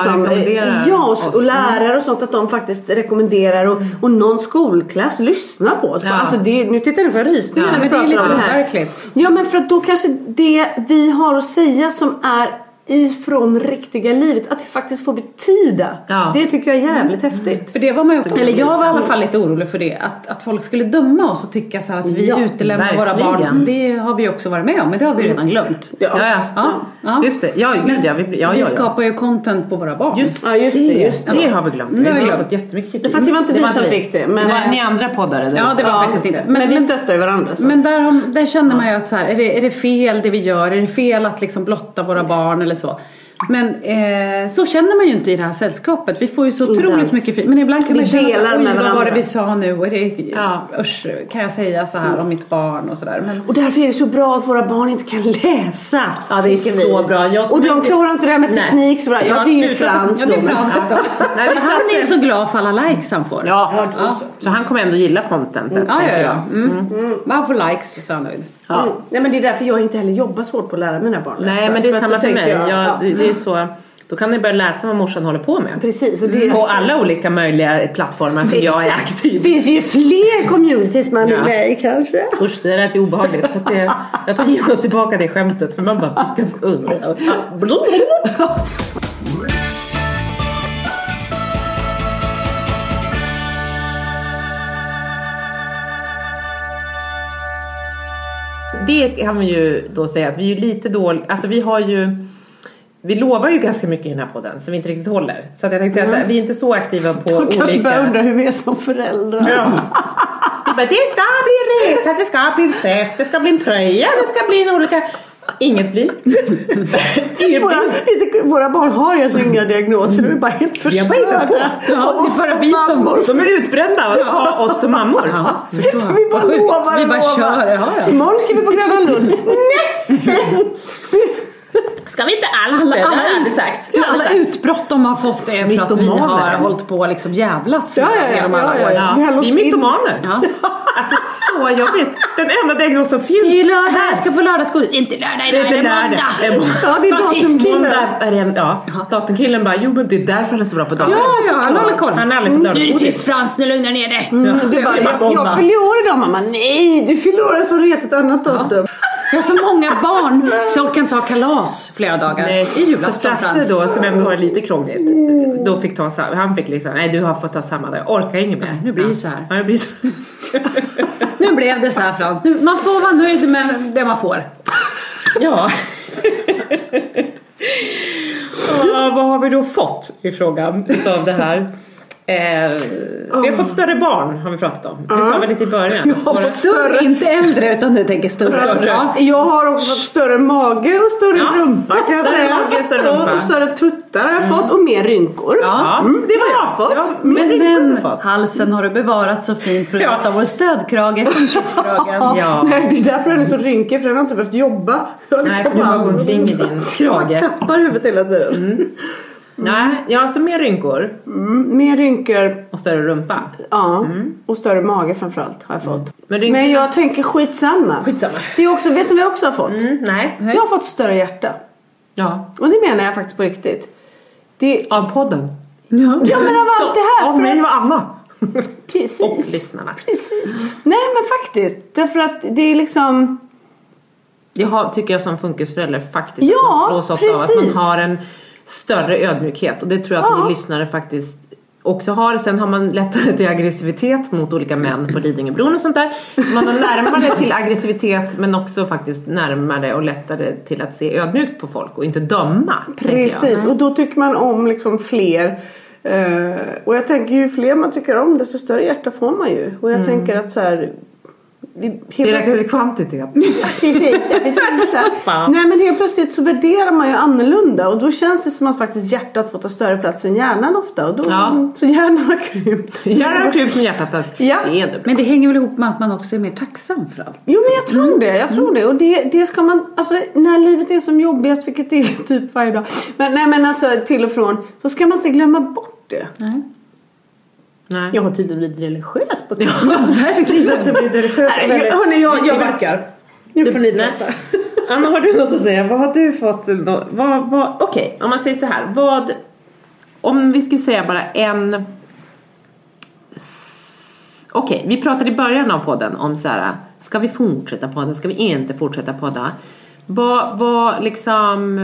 och lärare och sånt, att de faktiskt rekommenderar och någon skolklass lyssnar på oss. Alltså nu tittar jag för rysningar när vi pratar om det här. Verkligen. Ja, men för att då kanske det vi har att säga som är ifrån riktiga livet, att det faktiskt får betyda. Det tycker jag är jävligt häftigt. För det var man ju också, eller jag var i alla fall lite orolig för det, att folk skulle döma oss och tycka så här att vi utelämnar våra barn. Det har vi också varit med om, men det har vi redan glömt. Just det. Vi skapar ju content på våra barn. Just det har vi glömt. Det har vi fått jättemycket. Fast det var inte vi som fick det, men ni andra poddare. Ja, det var faktiskt inte. Men vi stöttar ju varandra. Så. Men där känner man ju att så här, är det fel det vi gör? Är det fel att liksom blotta våra barn eller så? Men så känner man ju inte i det här sällskapet. Vi får ju så otroligt mycket fint. Men ibland kan man känna så här, vad var det vi sa nu? Och usch, kan jag säga så här om mitt barn och sådär. Men... Och därför är det så bra att våra barn inte kan läsa. Ja, det är så bra. Och de klarar inte det här med teknik så bra. Ja, det är ju Frans då. Han är så glad för alla likes han får. Så han kommer ändå gilla contenten. Man får likes och så är nöjd. Nej, men det är därför jag inte heller jobbar så hårt på att lära mina barn läsa. Nej, men det är samma för mig. Det är så... Då kan ni börja läsa vad morsan håller på med. Precis. Och det på alla olika möjliga plattformar som jag är aktiv. Det finns ju fler communities man är med i kanske. Usch, det lät ju obehagligt. Så att jag tar genast tillbaka det skämtet. För man bara... Det kan man ju då säga att vi är lite dåliga. Alltså vi lovar ju ganska mycket i den här podden som vi inte riktigt håller. Så att jag tänkte säga att vi är inte så aktiva på olika... kanske börjar undra hur vi är som föräldrar. Men det ska bli resa, det ska bli en träff, det ska bli en tröja, det ska bli en olika... Inget blir. Våra barn har ju inga diagnoser. De är bara helt förstörda. Det är bara vi som... De är utbrända av oss som mammor. Vi bara lovar. Vi bara kör. Imorgon ska vi på Gröna Lund. Nej! Ska vi inte alls det? Det hade sagt. Alla utbrott de har fått är för att vi har hållit på liksom jävlats. Vi är mytomaner. Alltså så jobbigt. Den enda diagnos som finns. Det är lördag, jag ska få lördagsskol. Inte lördag idag, det är måndag. Ja, det är datumkillen. Datumkillen bara, jo men det är därför han är så bra på datum. Ja, han håller koll. Han har aldrig fått lördagsskol. Nu är det tyst Frans, nu lugnar ner dig. Jag fyller år idag mamma. Nej, du fyller år så ret ett annat datum. Jag har så många barn så jag kan ta kalas flera dagar. Nej. I julafton. Så Frasse då, som ändå har lite krångligt, då fick han fick liksom, nej du har fått ta samma dag, jag orkar inget mer. Nej, nu blir det så här. Ja, det blir så. Nu blev det så här, Frans. Man får vara nöjd med det man får. Ja. Vad har vi då fått i frågan utav det här? Vi har fått större barn, har vi pratat om. Det sa vi lite i början. Större, inte äldre, utan du tänker större. Ja. Jag har också fått större mage och större rumpa, kan jag säga. Mage, större rumpa. Och större tuttar har jag fått, och mer rynkor. Ja. Det var jag fått. Ja, men halsen har du bevarat så fint på av vår stödkrage, funkiskragen. Ja. Nej, det är därför den är så rynkig, för den har inte behövt jobba. Nej, för du har gått omkring i din krage. Jag tappar huvudet hela tiden. Nej, ja, så mer rynkor. Mer rynkor. Och större rumpa. Ja, och större mage framförallt har jag fått. Men jag tänker skitsamma. Det är också, vet du vad jag också har fått? Nej. Jag har fått större hjärta. Ja. Och det menar jag faktiskt på riktigt. Av podden. Ja, men av allt det här. Av mig och Anna. Precis. Och lyssnarna. Precis. Nej, men faktiskt. Därför att det är liksom... Tycker jag som funkisförälder faktiskt. Ja, att man slås precis. Av att man har en större ödmjukhet. Och det tror jag att ni lyssnare faktiskt också har. Sen har man lättare till aggressivitet mot olika män på Lidingöbron och sånt där. Man har närmare till aggressivitet, men också faktiskt närmare och lättare till att se ödmjukt på folk och inte döma. Precis, och då tycker man om liksom fler. Och jag tänker, ju fler man tycker om, desto större hjärta får man ju. Och jag tänker att så här... Det räknas i kvantitet. Precis. Nej, men helt plötsligt så värderar man ju annorlunda. Och då känns det som att faktiskt hjärtat får ta större plats än hjärnan ofta. Och då, så hjärnan har krympt. Hjärnan har krympt med hjärtat. Att Men det hänger väl ihop med att man också är mer tacksam för allt. Jo, men jag tror det. Och det ska man, alltså när livet är som jobbigast, vilket det är typ varje dag. Men alltså till och från, så ska man inte glömma bort det. Nej. Jag har tydligen blivit religiös på det. Hörrni, jag backar. Nu får ni berätta. Anna, har du något att säga? Vad har du fått? Okej, om man säger så här. Om vi skulle säga bara en... Okej, vi pratade i början av podden om så här: ska vi fortsätta podden? Ska vi inte fortsätta podda? Vad liksom...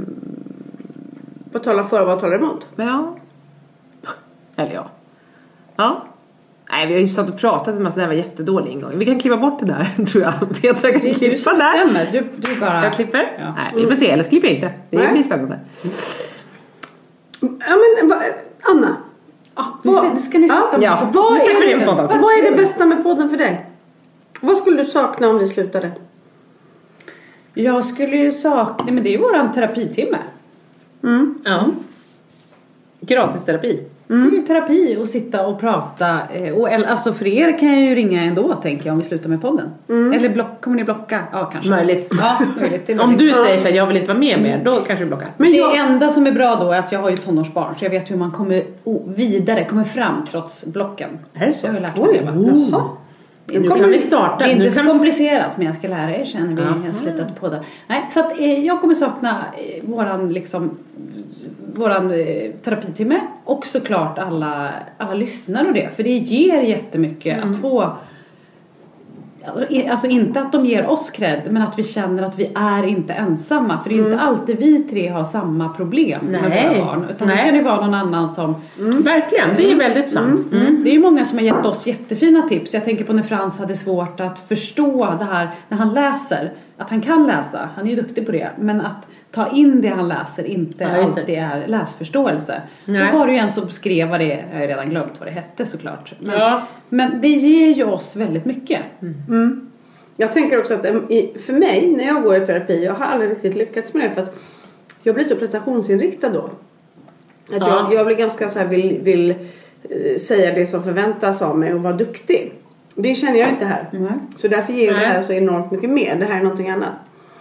Vad talar för och vad talar emot? Ja. Eller ja. Ja. Nej, vi har ju satt och pratat en massa, det var jättedålig ingång. Vi kan klippa bort det där, tror jag. Petra kan klippa där. Du bara... Jag klipper? Ja. Nej, vi får se, eller så klipper jag inte. Det blir spännande. Ja, men Anna. Du ska ni sätta mig på. Vad är det bästa med podden för dig? Vad skulle du sakna om vi slutade? Jag skulle ju sakna... Men det är ju våran terapitimme. Ja. Gratis terapi. Det är ju terapi att sitta och prata. Och alltså för er kan jag ju ringa ändå, tänker jag, om vi slutar med podden. Eller kommer ni blocka? Ja, kanske. Möjligt. Ja, möjligt. Om du säger så här, jag vill inte vara med mer, då kanske du blockar. Men det enda som är bra då är att jag har ju tonårsbarn, så jag vet hur man kommer fram trots blocken. Är det så? Jag har lärt mig det. Jaha. Nu kan vi starta. Det är inte så komplicerat, men jag ska lära er sen när vi har slutat på det. Nej, så att jag kommer sakna våran terapitimme och såklart alla lyssnare och det. För det ger jättemycket att få... Alltså inte att de ger oss cred, men att vi känner att vi är inte ensamma. För det är ju inte alltid vi tre har samma problem med våra barn. Utan det kan ju vara någon annan som... Verkligen, det är väldigt sant. Det är ju många som har gett oss jättefina tips. Jag tänker på när Frans hade svårt att förstå det här när han läser. Att han kan läsa, han är ju duktig på det. Men att ta in det han läser inte alltid är läsförståelse. Nej. Då var det ju en som skrev vad det, jag har redan glömt vad det hette såklart. Men det ger ju oss väldigt mycket. Jag tänker också att för mig, när jag går i terapi, jag har aldrig riktigt lyckats med det, för att jag blir så prestationsinriktad då. Att jag blir ganska så här, vill säga det som förväntas av mig och vara duktig. Det känner jag inte här. Så därför ger det här så enormt mycket mer. Det här är någonting annat.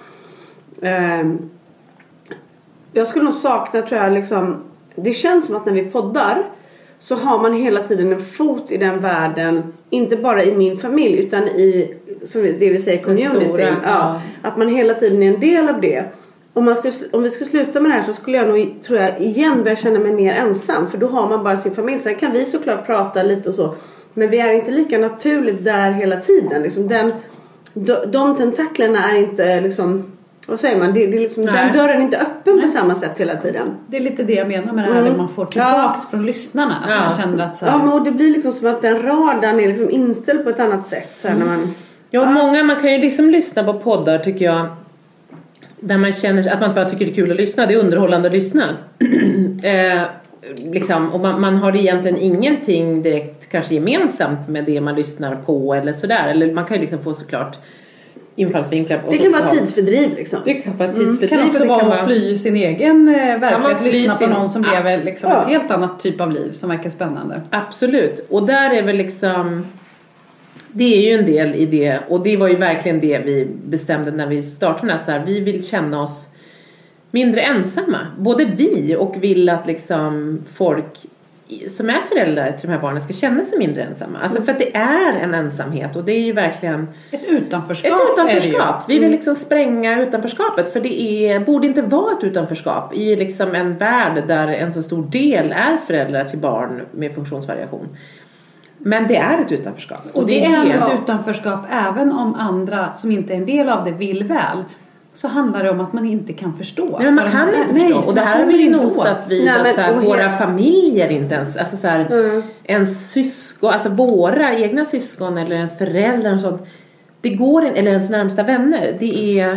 Jag skulle nog sakna, tror jag, liksom, det känns som att när vi poddar så har man hela tiden en fot i den världen, inte bara i min familj utan i, som det vi säger, community. Att man hela tiden är en del av det. Om vi skulle sluta med det här så skulle jag nog, tror jag, igen börja känna mig mer ensam, för då har man bara sin familj. Sen kan vi såklart prata lite och så, men vi är inte lika naturligt där hela tiden. Liksom de tentaklerna är inte liksom, vad säger man, det är liksom, den dörren är inte öppen på samma sätt hela tiden. Det är lite det jag menar med det här, där man får tillbaks från lyssnarna, att man känner att så här... Ja, men och det blir liksom som att den radarn är liksom inställd på ett annat sätt så här, när man... Ja, man kan ju liksom lyssna på poddar, tycker jag, där man känner att man bara tycker det är kul att lyssna. Det är underhållande att lyssna. Liksom, och man har egentligen ingenting direkt kanske gemensamt med det man lyssnar på eller sådär. Eller man kan ju liksom få såklart infallsvinklar. Det kan vara tidsfördriv liksom. Det kan vara tidsfördriv. Det kan också vara att fly sin egen verklighet. Lyssna på någon som lever liksom ett helt annat typ av liv som verkar spännande. Absolut. Och där är väl liksom... Det är ju en del i det. Och det var ju verkligen det vi bestämde när vi startade. Så här, vi vill känna oss mindre ensamma. Både vi och vill att liksom folk som är föräldrar till de här barnen ska känna sig mindre ensamma. Alltså för att det är en ensamhet. Och det är ju verkligen... Ett utanförskap. Vi vill liksom spränga utanförskapet. För det borde inte vara ett utanförskap i liksom en värld där en så stor del är föräldrar till barn med funktionsvariation. Men det är ett utanförskap. Och det är ett utanförskap även om andra som inte är en del av det vill väl. Så handlar det om att man inte kan förstå. Nej, men man kan inte förstå. Och det här har vi nosat vid att så här, våra familjer inte ens... Alltså så här, ens syskon, alltså våra egna syskon eller ens föräldrar och sånt. Det går inte, eller ens närmsta vänner. Det är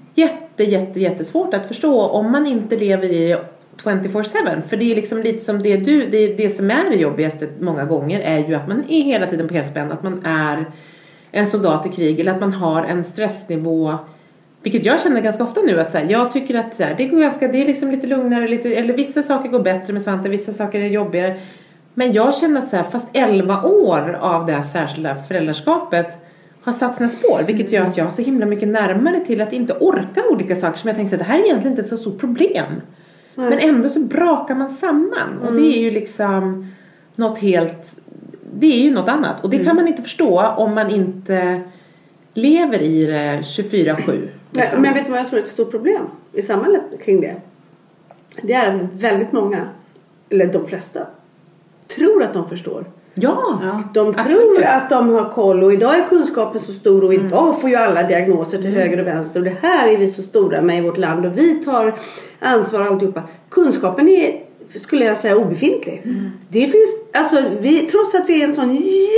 jättesvårt att förstå om man inte lever i det 24/7. För det är liksom lite som det som är det jobbigaste många gånger är ju att man är hela tiden på helspänn. Att man är en soldat i krig eller att man har en stressnivå. Vilket jag känner ganska ofta nu att så här, jag tycker att så här, det är liksom lite lugnare, eller vissa saker går bättre med Svante, vissa saker är jobbigare. Men jag känner så här, fast 11 år av det här särskilda föräldraskapet har satt sina spår, vilket gör att jag har så himla mycket närmare till att inte orka olika saker som jag tänkte att det här är egentligen inte ett så stort problem. Men ändå så brakar man samman. Och det är ju liksom något helt... Det är ju något annat. Och det kan man inte förstå om man inte lever i det 24/7. Liksom. Men vet du vad jag tror är ett stort problem i samhället kring det? Det är att väldigt många, eller de flesta, tror att de förstår. Ja, de tror att de har koll. Och idag är kunskapen så stor. Och idag får ju alla diagnoser till höger och vänster. Och det här är vi så stora med i vårt land. Och vi tar ansvar och alltihopa. Kunskapen är, skulle jag säga, obefintlig. Det finns, alltså trots att vi är en sån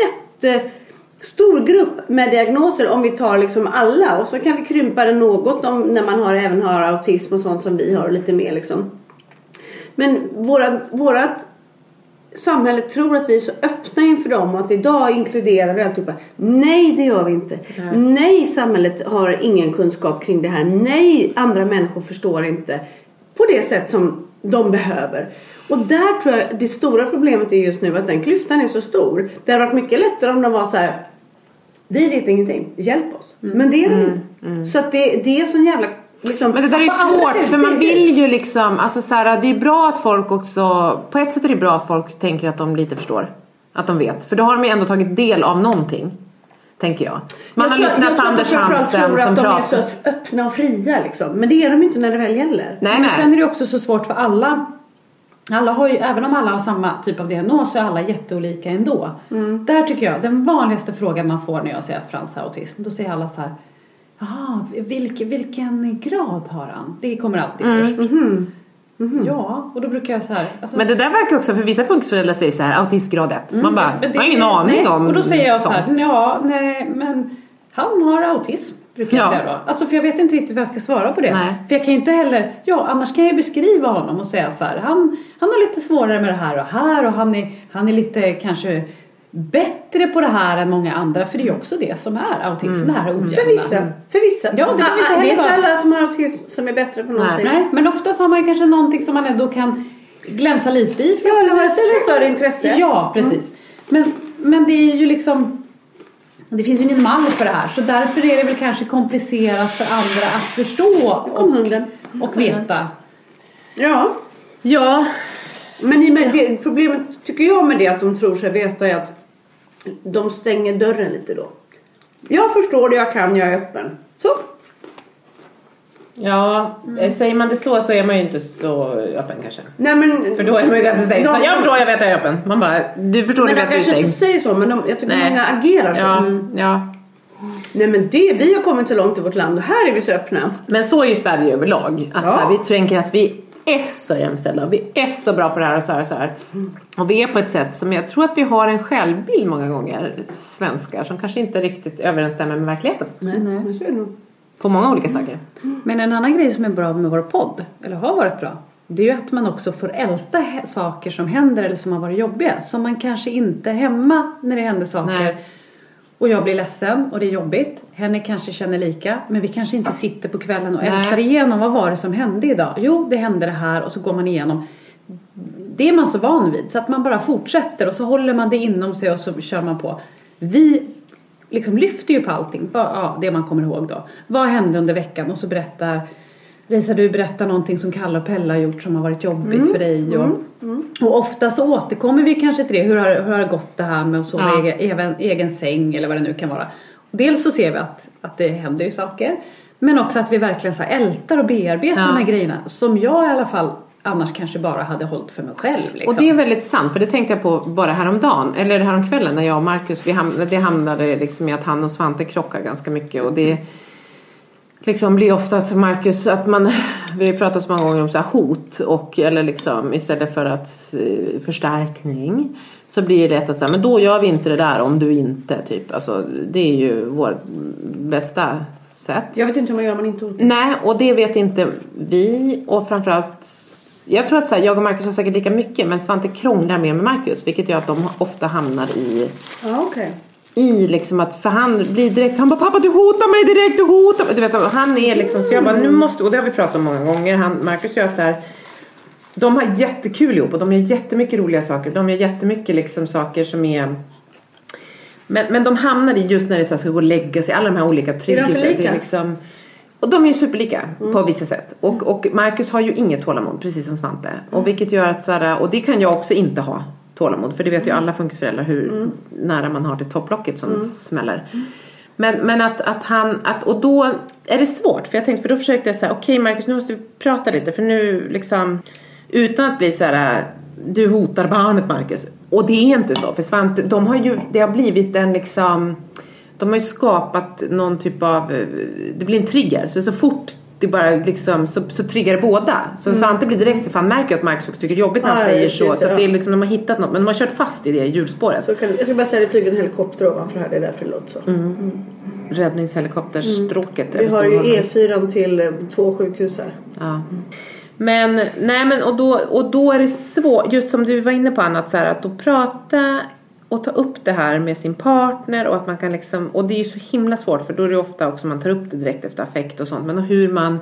jättestor grupp med diagnoser, om vi tar liksom alla. Och så kan vi krympa det något när man även har autism och sånt som vi har lite mer liksom. Men vårat samhället tror att vi är så öppna inför dem och att idag inkluderar vi alltihopa. Nej, det gör vi inte. Nej, samhället har ingen kunskap kring det här. Nej, andra människor förstår inte på det sätt som de behöver. Och där tror jag det stora problemet är just nu att den klyftan är så stor. Det har varit mycket lättare om de var så här: vi vet ingenting, hjälp oss. Men det är det inte. Så att det är sån jävla... Liksom, men det där är ju svårt, för man vill ju liksom, alltså så här, det är bra att folk också, på ett sätt är det bra att folk tänker att de lite förstår, att de vet, för då har de ju ändå tagit del av någonting, tänker jag. Man har lyssnat på Anders Hansen som pratar. De är så öppna och fria liksom, men det är de inte när det väl gäller. Nej. Men sen är det också så svårt för alla har ju, även om alla har samma typ av diagnos, så är alla jätteolika ändå. Där tycker jag, den vanligaste frågan man får när jag säger att Frans har autism, då säger alla så här: jaha, vilken grad har han? Det kommer alltid först. Ja, och då brukar jag så här... Alltså, men det där verkar också, för vissa funktionsföräldrar säger så här, autismgrad 1. Man bara, har ingen aning om. Och då säger jag så här, men han har autism, brukar jag säga då. Alltså, för jag vet inte riktigt vad jag ska svara på det. Nej. För jag kan ju inte heller, annars kan jag ju beskriva honom och säga så här, han har lite svårare med det här och han är lite kanske... bättre på det här än många andra, för det är ju också det som är autism, det här ojämna. För vissa. Ja, det är inte alla som har autism som är bättre på någonting. Nej, men oftast har man ju kanske någonting som man ändå kan glänsa lite i. Ja, eller har ett större intresse. Ja, precis. Men det är ju liksom, det finns ju ingen mall för det här, så därför är det väl kanske komplicerat för andra att förstå och veta. Ja. Men problemet tycker jag med det att de tror sig veta är att de stänger dörren lite då. Jag förstår det, jag är öppen. Så. Ja, säger man det så är man ju inte så öppen kanske. Nej, men... För då är man ju ganska stängd. Jag förstår, jag vet jag är öppen. Man bara, du förstår, du vet du är stängd. Men jag kanske inte säger så, men jag tycker många agerar så. Ja. Nej men vi har kommit så långt i vårt land och här är vi så öppna. Men så är ju Sverige överlag. Att så här, vi tänker att vi är så jämställda. Vi är så bra på det här och så här och så här. Och vi är på ett sätt som jag tror att vi har en självbild många gånger. Svenskar som kanske inte riktigt överensstämmer med verkligheten. Nej, så är det nog. På många olika saker. Men en annan grej som är bra med vår podd, eller har varit bra, det är ju att man också får älta saker som händer eller som har varit jobbiga. Som man kanske inte hemma när det händer saker. Nej. Och jag blir ledsen och det är jobbigt. Henne kanske känner lika. Men vi kanske inte sitter på kvällen och ältar igenom. Vad var det som hände idag? Jo, det hände det här. Och så går man igenom. Det är man så van vid. Så att man bara fortsätter. Och så håller man det inom sig och så kör man på. Vi liksom lyfter ju på allting. Ja, det man kommer ihåg då. Vad hände under veckan? Och så berättar Lisa, du berättar någonting som Kalle och Pella har gjort som har varit jobbigt för dig. Och ofta så återkommer vi kanske till det. Hur har det gått det här med att sova i egen säng eller vad det nu kan vara. Dels så ser vi att det händer ju saker. Men också att vi verkligen så här ältar och bearbetar de här grejerna. Som jag i alla fall annars kanske bara hade hållit för mig själv. Liksom. Och det är väldigt sant. För det tänkte jag på bara häromdagen. Eller häromkvällen när jag och Marcus. Det hamnade liksom i att han och Svante krockar ganska mycket. Och det liksom blir ofta att Marcus, att vi har pratat så många gånger om så här hot eller liksom istället för att förstärkning, så blir det lätt att säga, men då gör vi inte det där om du inte typ, alltså det är ju vår bästa sätt. Jag vet inte hur man gör om man inte hotar. Nej, och det vet inte vi, och framförallt jag tror att så här, jag och Marcus har säkert lika mycket, men Svante krånglar mer med Marcus, vilket gör att de ofta hamnar i i liksom att, för han blir direkt, han bara, pappa du hotar mig direkt, du hotar mig. Du vet, han är liksom, så jag bara, nu måste, och det har vi pratat om många gånger, Marcus gör så här, de har jättekul ihop och de gör jättemycket roliga saker, de gör jättemycket liksom saker som är, men de hamnar i just när det så här ska gå och lägga sig, alla de här olika tryggheten, det är liksom, och de är ju superlika på vissa sätt, och Marcus har ju inget tålamod precis som Svante, och vilket gör att så här, och det kan jag också inte ha tålamod, för det vet ju alla funkisföräldrar hur nära man har till topplocket som smäller. Men och då är det svårt, för jag tänkte, för då försökte jag säga, okej Marcus, nu måste vi prata lite, för nu liksom, utan att bli så här, du hotar barnet Marcus, och det är inte så, för Svante, det har blivit en liksom, de har ju skapat någon typ av, det blir en trigger, så fort det bara liksom, så triggar båda. Så Svante blir direkt, för han märker att Marcus också tycker det är jobbigt när han säger så. Så att det är liksom, de har hittat något, men de har kört fast i det hjulspåret. Så jag ska bara säga, det flyger en helikopter ovanför här, det är därför det låter så. Räddningshelikopterstråket. Vi har ju E4 till 2 sjukhus här. Ja. Men och då är det svårt, just som du var inne på Anna, så här, att då prata och ta upp det här med sin partner, och att man kan liksom, och det är ju så himla svårt, för då är det ofta också man tar upp det direkt efter affekt och sånt, men hur man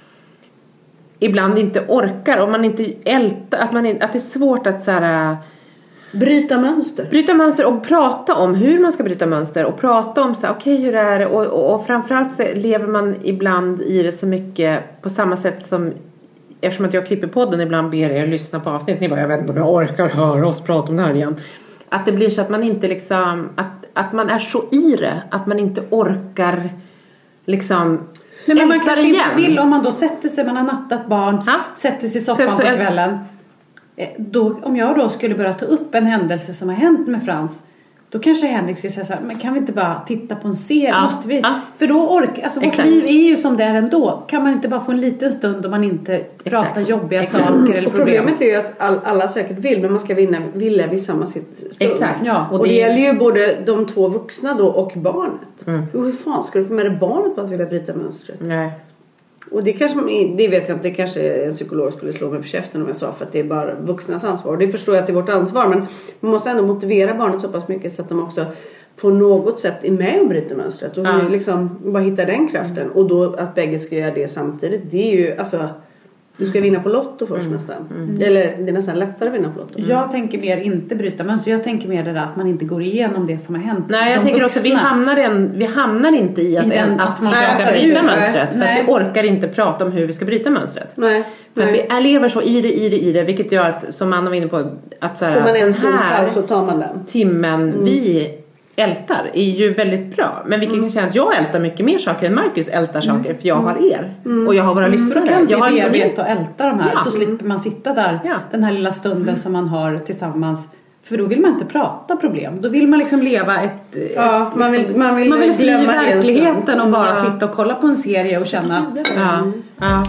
ibland inte orkar, om man inte ältar, att det är svårt att så här, bryta mönster och prata om hur man ska bryta mönster, och prata om så här, okej, hur är det, och framförallt så lever man ibland i det så mycket på samma sätt som, eftersom att jag klipper podden, ibland ber er lyssna på avsnitt, ni bara, jag vet inte om jag orkar höra oss prata om det här igen. Att det blir så att man inte liksom, att man är så i det, att man inte orkar liksom. Nej, men man kanske inte vill, om man då sätter sig, man har nattat barn, sätter sig i soffan på kvällen. Då, om jag då skulle börja ta upp en händelse som har hänt med Frans, då kanske Henrik skulle säga så här, men kan vi inte bara titta på en serie? Måste vi? För då orkar, alltså vårt liv är ju som det är ändå. Kan man inte bara få en liten stund om man inte pratar jobbiga saker eller och problemet är ju att alla säkert vill, men man ska vilja vid samma stund. Exakt. Ja, och det gäller ju både de 2 vuxna då och barnet. Hur fan ska du få med dig barnet på att vilja bryta mönstret? Nej. Och det kanske, det vet jag inte, det kanske en psykolog skulle slå mig på käften om jag sa, för att det är bara vuxnas ansvar. Och det förstår jag att det är vårt ansvar, men man måste ändå motivera barnet så pass mycket så att de också på något sätt är med och bryter mönstret. Och vi liksom bara hittar den kraften. Och då att bägge ska göra det samtidigt, det är ju, alltså, du ska vinna på lotto först nästan. Eller det är nästan lättare att vinna på lotto. Jag tänker mer inte bryta mönster. Jag tänker mer det där att man inte går igenom det som har hänt. Nej, jag tänker också vi hamnar inte i att försöka bryta mönstret. För att vi orkar inte prata om hur vi ska bryta mönstret. Nej. För att vi lever så i det. Vilket gör att, som Anna var inne på, att så här, får man en paus så tar man den timmen vi ältar är ju väldigt bra. Men vilket kan känna att jag ältar mycket mer saker än Marcus ältar saker, för jag har er. Och jag har våra lyssnare. Kan jag har bearbeta och älta de här. Så slipper man sitta där den här lilla stunden som man har tillsammans. För då vill man inte prata problem. Då vill man liksom leva ett... man vill fly i verkligheten och bara sitta och kolla på en serie och känna att... Ja.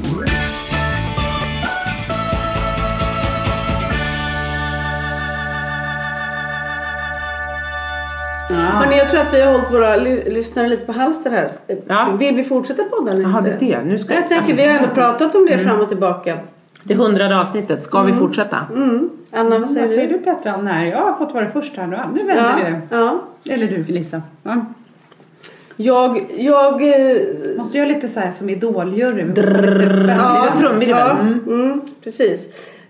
Hörrni, jag tror att vi har hållit våra lyssnare lite på halster här. Ja. Vill vi fortsätta podden eller inte? Det. Nu ska jag tänker, vi har ändå pratat om det fram och tillbaka. Det 100:e avsnittet. Ska vi fortsätta? Anna, vad säger du Petra? Nej, jag har fått vara först här nu. Nu vänder vi det. Ja. Eller du, Lisa. Ja. Jag måste göra lite så här som idoljury. Ja, precis.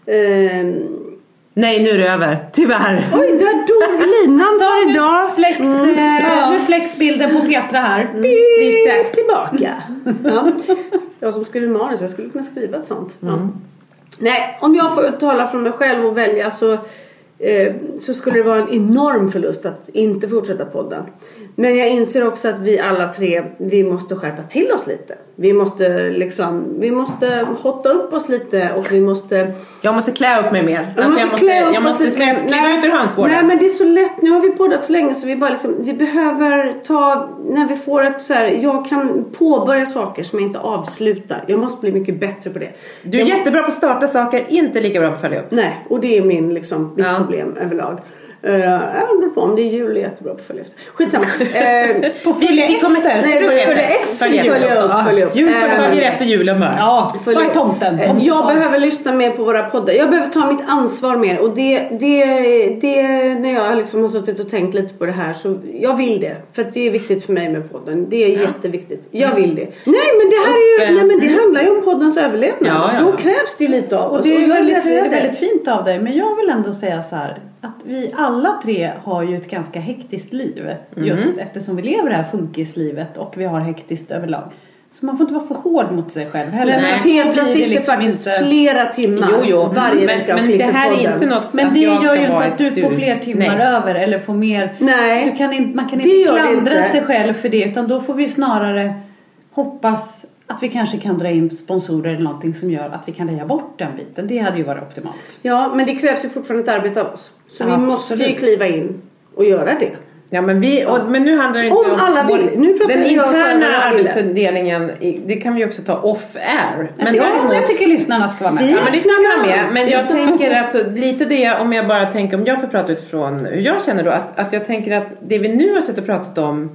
Nej, nu är det över. Tyvärr. Oj, där dog linan för idag. Nu släcks bilden på Petra här. Vi är strax tillbaka. Jag som skriver manus, jag skulle kunna skriva ett sånt. Nej, om jag får tala från mig själv och välja så skulle det vara en enorm förlust att inte fortsätta podden. Men jag inser också att vi alla tre, vi måste skärpa till oss lite. Vi måste hotta upp oss lite och vi måste... Jag måste klä upp mig mer. Jag måste kliva ut ur hönsgården. Nej, men det är så lätt. Nu har vi poddat så länge så vi bara vi behöver ta... När vi får ett så här... Jag kan påbörja saker som jag inte avslutar. Jag måste bli mycket bättre på det. Du är jättebra på att starta saker, inte lika bra på att följa upp. Nej, och det är mitt problem överlag. Jag undrar på om det är jul är jättebra på att följa efter. Skitsamma. På följa efter. Följer efter julen med. Ja, vad är tomten? Jag behöver lyssna mer på våra poddar. Jag behöver ta mitt ansvar mer. Och det när jag liksom har suttit och tänkt lite på det här. Så jag vill det. För att det är viktigt för mig med podden. Det är jätteviktigt. Jag vill det. Nej, men det här är ju... Nej, men det handlar ju om poddens överlevnad. Då krävs det ju lite av oss. Och det är väldigt fint av dig. Men jag vill ändå säga så här... Att vi alla tre har ju ett ganska hektiskt liv. Just eftersom vi lever det här funkislivet. Och vi har hektiskt överlag. Så man får inte vara för hård mot sig själv heller. Nej, Petra sitter liksom faktiskt flera timmar varje vecka och klipper det här podden. är inte något. Men det gör ju inte att du får fler timmar över. Eller får mer. Nej. Man kan inte klandra sig själv för det. Utan då får vi snarare hoppas... Att vi kanske kan dra in sponsorer eller någonting som gör att vi kan lägga bort den biten. Det hade ju varit optimalt. Ja, men det krävs ju fortfarande ett arbete av oss. Så vi måste ju kliva in och göra det. Ja, men men nu handlar det inte om alla vill. Nu pratar den interna arbetsfördelningen. Det kan vi också ta off-air. Men jag tycker lyssnarna ska vara med. Ja, men det ska vara med. Men jag tänker alltså lite det, om jag bara tänker, om jag får prata utifrån hur jag känner då. Att jag tänker att det vi nu har suttit och pratat om,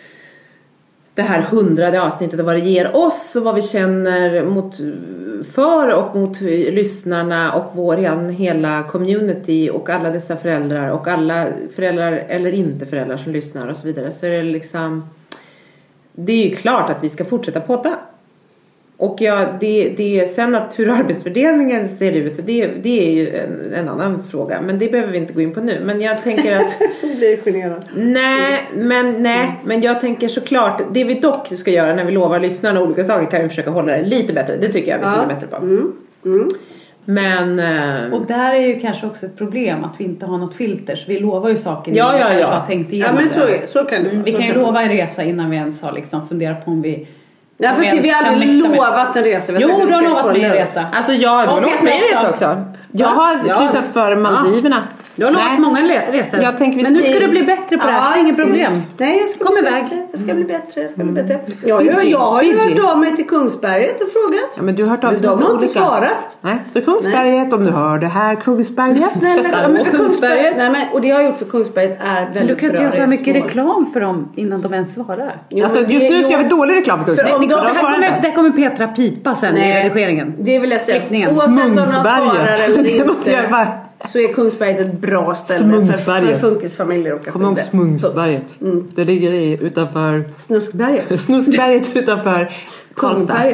det här 100:e avsnittet och vad det ger oss och vad vi känner för och mot lyssnarna och vår hela community och alla dessa föräldrar och alla föräldrar eller inte föräldrar som lyssnar och så vidare, så är det liksom, det är ju klart att vi ska fortsätta podda. Och det sen att hur arbetsfördelningen ser ut, det är ju en annan fråga. Men det behöver vi inte gå in på nu. Men jag tänker att... Det blir generad. Men jag tänker såklart, det vi dock ska göra när vi lovar lyssnarna olika saker kan vi försöka hålla det lite bättre. Det tycker jag vi ska bli bättre på. Men... Och där är ju kanske också ett problem att vi inte har något filter. Så vi lovar ju saker ja. har tänkt igenom. Ja, men så kan det. Vi kan ju lova en resa innan vi ens har liksom funderat på om vi... Ja, fast vi har aldrig lovat en resa. Jo, du har lovat mig en resa. Alltså du har lovat mig en resa också. Jag har kryssat för Maldiverna. Du har lovat många resor. Men nu ska du bli bättre på det här. Inget problem. Nej, jag ska bli bättre. Jag ska bli bättre. Jag har ju hört av mig till Kungsberget och frågat. Ja, men du har hört av till de har inte svarat. Nej, så Kungsberget, om du hör det här, Kungsberget. Snälla, men för Kungsberget. Nej, men, och det jag har gjort för Kungsberget är väldigt bra. Du kan inte göra så mycket reklam för dem innan de ens svarar. Alltså just nu så gör vi dålig reklam för Kungsberget. Det kommer Petra pipa sen i redigeringen. Det vill jag säga. Oavsett om de svarar eller inte. Så är Kungsberget ett bra ställe för funkisfamiljer och kom ihåg Smungsberget. Det ligger utanför Snuskberget utanför Karlstad.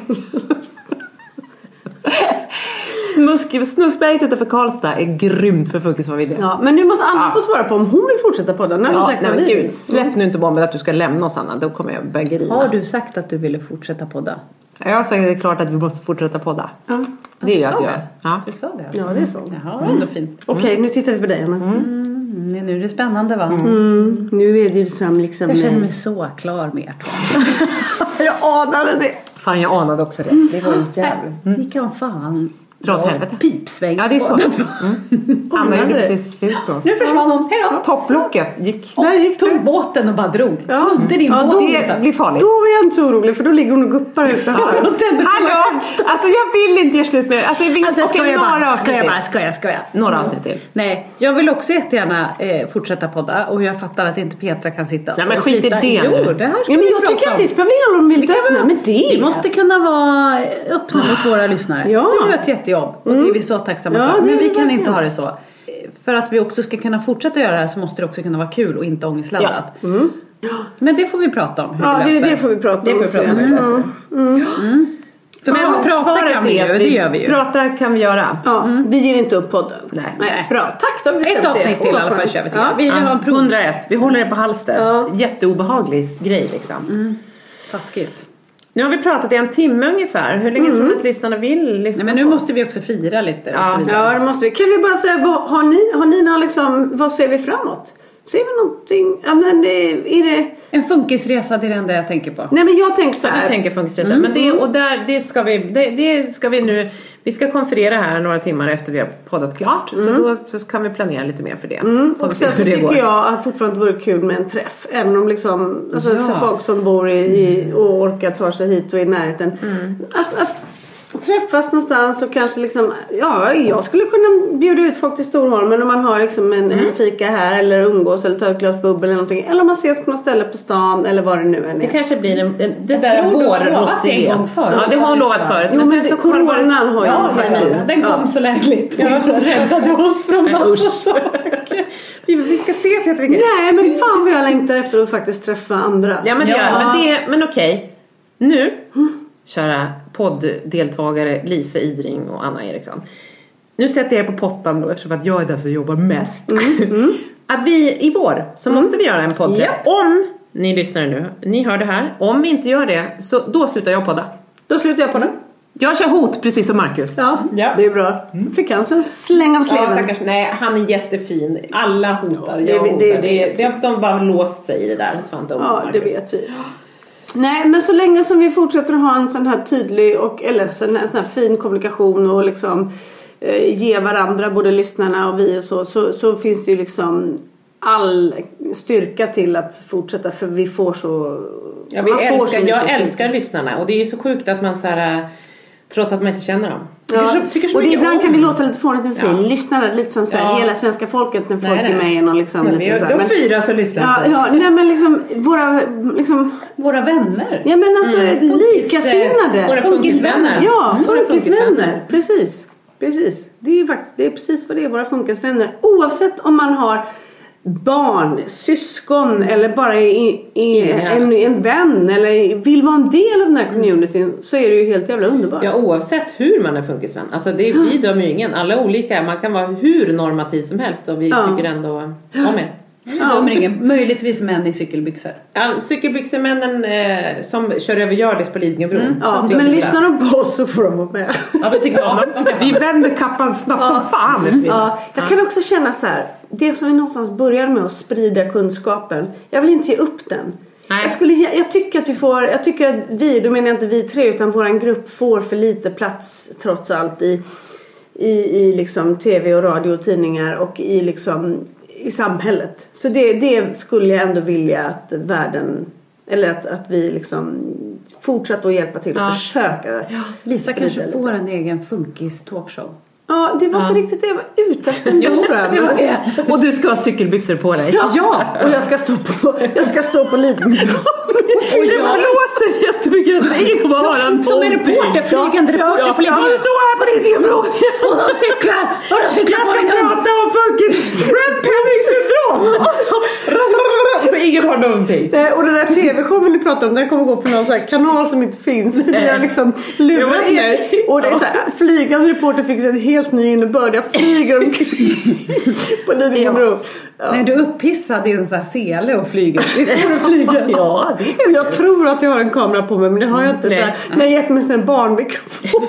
Snuskberget utanför Karlstad är grymt för funkisfamiljer. Ja, men nu måste Anna få svara på om hon vill fortsätta på den. Släpp nu inte bomben att du ska lämna oss, Anna. Då kommer jag börja grina. Har du sagt att du ville fortsätta podda? Jag har sagt att det är klart att vi måste fortsätta podda. Ja. Det är ju att du gör. Ja. Du sa det alltså. Ja, det är så. Jaha, ändå fint. Okej, nu tittar vi på dig, Anna. Nu är det spännande, va? Nu är det som liksom... Jag känner mig så klar med er. Jag anade det. Fan, jag anade också det. Det var ju jävligt. Vi kan fan dra åt helvete. Pipsväng. Ja, det är så. Anna gjorde precis slut på oss. Nu försvann hon. Hejdå. Topplocket gick. Tog båten och bara drog. Snodde din båt. Det blir farligt. Då är jag inte så orolig, för då ligger hon och guppar utanför. Hallå! Alltså jag vill inte göra slut med. Alltså jag vill Skoja. Några avsnitt till. Nej, jag vill också jättegärna fortsätta podda. Och jag fattar att inte Petra kan sitta. Nej, men skit i det nu. Det här men jag tycker att det spelar ingen roll om vi vill öppna med det. Vi måste kunna vara öppna mot våra lyssnare. Ja. Det gör ett jättejobb. Och det är vi så tacksamma för. Men vi kan inte ha det så. För att vi också ska kunna fortsätta göra det här så måste det också kunna vara kul och inte ångestladdat. Ja. Men det får vi prata om. Det får vi prata om. För prata kan vi ju, det gör vi ju. Prata kan vi göra. Ja, vi ger inte upp podden. Nej. Bra, tack då. Ett avsnitt till i alla fall kör vi till. Vi har en prov. 101, vi håller det på halster. Jätteobehaglig grej liksom. Taskigt. Nu har vi pratat i en timme ungefär. Hur länge tror du att lyssnarna vill lyssna? Nej, men nu måste vi också fira lite. Ja, det måste vi. Kan vi bara säga, har ni någon liksom, vad ser vi framåt? Ser vi någonting? Ja, men är det... En funkisresa, det är det enda jag tänker på. Nej, men jag tänker så här. Du tänker funkisresa. Men det ska vi nu... Vi ska konferera här några timmar efter vi har poddat klart. Så kan vi planera lite mer för det. Och sen så tycker jag att fortfarande vore kul med en träff. Även om liksom, alltså för folk som bor och orkar ta sig hit och i närheten. Att träffas någonstans och kanske liksom, jag skulle kunna bjuda ut folk till Storholmen om man har liksom en fika här eller umgås eller ta ett glas bubbel eller någonting. Eller om man ses på något ställe på stan eller vad det nu än är. Det kanske blir det där vårrosé. Ja, det har hon lovat förut. Jo, men så coronan har ju den kom så lägligt. Den räddade oss från massa saker. Vi ska ses helt enkelt. Nej, men fan vad jag längtar efter att faktiskt träffa andra. Ja, men men okej. Nu köra podddeltagare Lisa Idring och Anna Eriksson. Nu sätter jag på pottan då, eftersom att jag är den som jobbar mest. Att vi i vår så måste vi göra en podd. Om ni lyssnar nu, ni hör det här. Om vi inte gör det, så då slutar jag podda. Då slutar jag podda. Jag kör hot, precis som Marcus. Ja. Det är bra. Fick han så släng av sleven. Nej, han är jättefin. Alla hotar. De bara låst sig i det där. Svante och Marcus. Det vet vi. Nej, men så länge som vi fortsätter att ha en sån här tydlig eller sån här fin kommunikation och liksom ge varandra, både lyssnarna och vi och så finns det ju liksom all styrka till att fortsätta, för vi får så... Jag älskar lyssnarna, och det är ju så sjukt att man så här, trots att man inte känner dem. Tycker så och ibland kan det låta lite fånigt när vi säger lyssnarna, lite som så här, hela svenska folket när folk är med och liksom lite så här, de fyra som lyssnar. Nej, men liksom våra vänner. Ja, men alltså likasinnade. Våra funkisvänner. Ja, funkisvänner. Precis. Det är ju faktiskt, det är precis vad det är, våra funkisvänner. Oavsett om man har barn, syskon eller bara en vän eller vill vara en del av den här communityn, så är det ju helt jävla underbart. Ja, oavsett hur man är funkisvän. Alltså vi dömer ju ingen. Alla är olika. Man kan vara hur normativ som helst och vi tycker ändå om det. Ingen. Möjligtvis män i cykelbyxor. Ja, cykelbyxormännen som kör över Gördis på Lidingöbron. Ja, men lyssnar de på oss så får de vara med. Ja, vi tycker om dem. Vi vänder kappan snabbt som fan. Jag kan också känna så här, det som vi någonstans börjar med att sprida kunskapen, jag vill inte ge upp den. Jag tycker att vi, då menar jag inte vi tre utan våran grupp, får för lite plats trots allt i liksom tv och radio och tidningar och i samhället. Så det skulle jag ändå vilja att världen, eller att vi liksom fortsätter att hjälpa till och försöka. Lisa kanske får en egen funkis talkshow. Ja, det var inte riktigt det jag var ute efter. Och du ska ha cykelbyxor på dig. Ja, och jag ska stå på Lidingöbron. Och det blåser jättemycket. Ingen kommer att höra någonting. Som en reporter, flygande reporter på Lidingöbron. Du står här på Lidingöbron. Och de cyklar. Jag ska prata om funkis Red Panic syndrom. Så ingen har någonting. Och den där tv-showen du pratar om, den kommer gå på någon sån här kanal som inte finns. Vi har liksom lurat mig. Och det är så här, flygande reporter fick en helt ny innebörd. Jag flyger omkring på Lidingöbron. Nej, du är upphissad i en sån här sele och flyger. Det är så du flyger. Ja, jag tror att jag har en kamera på mig, men det har jag inte. Nej. Jag har gett mig en barnmikrofon.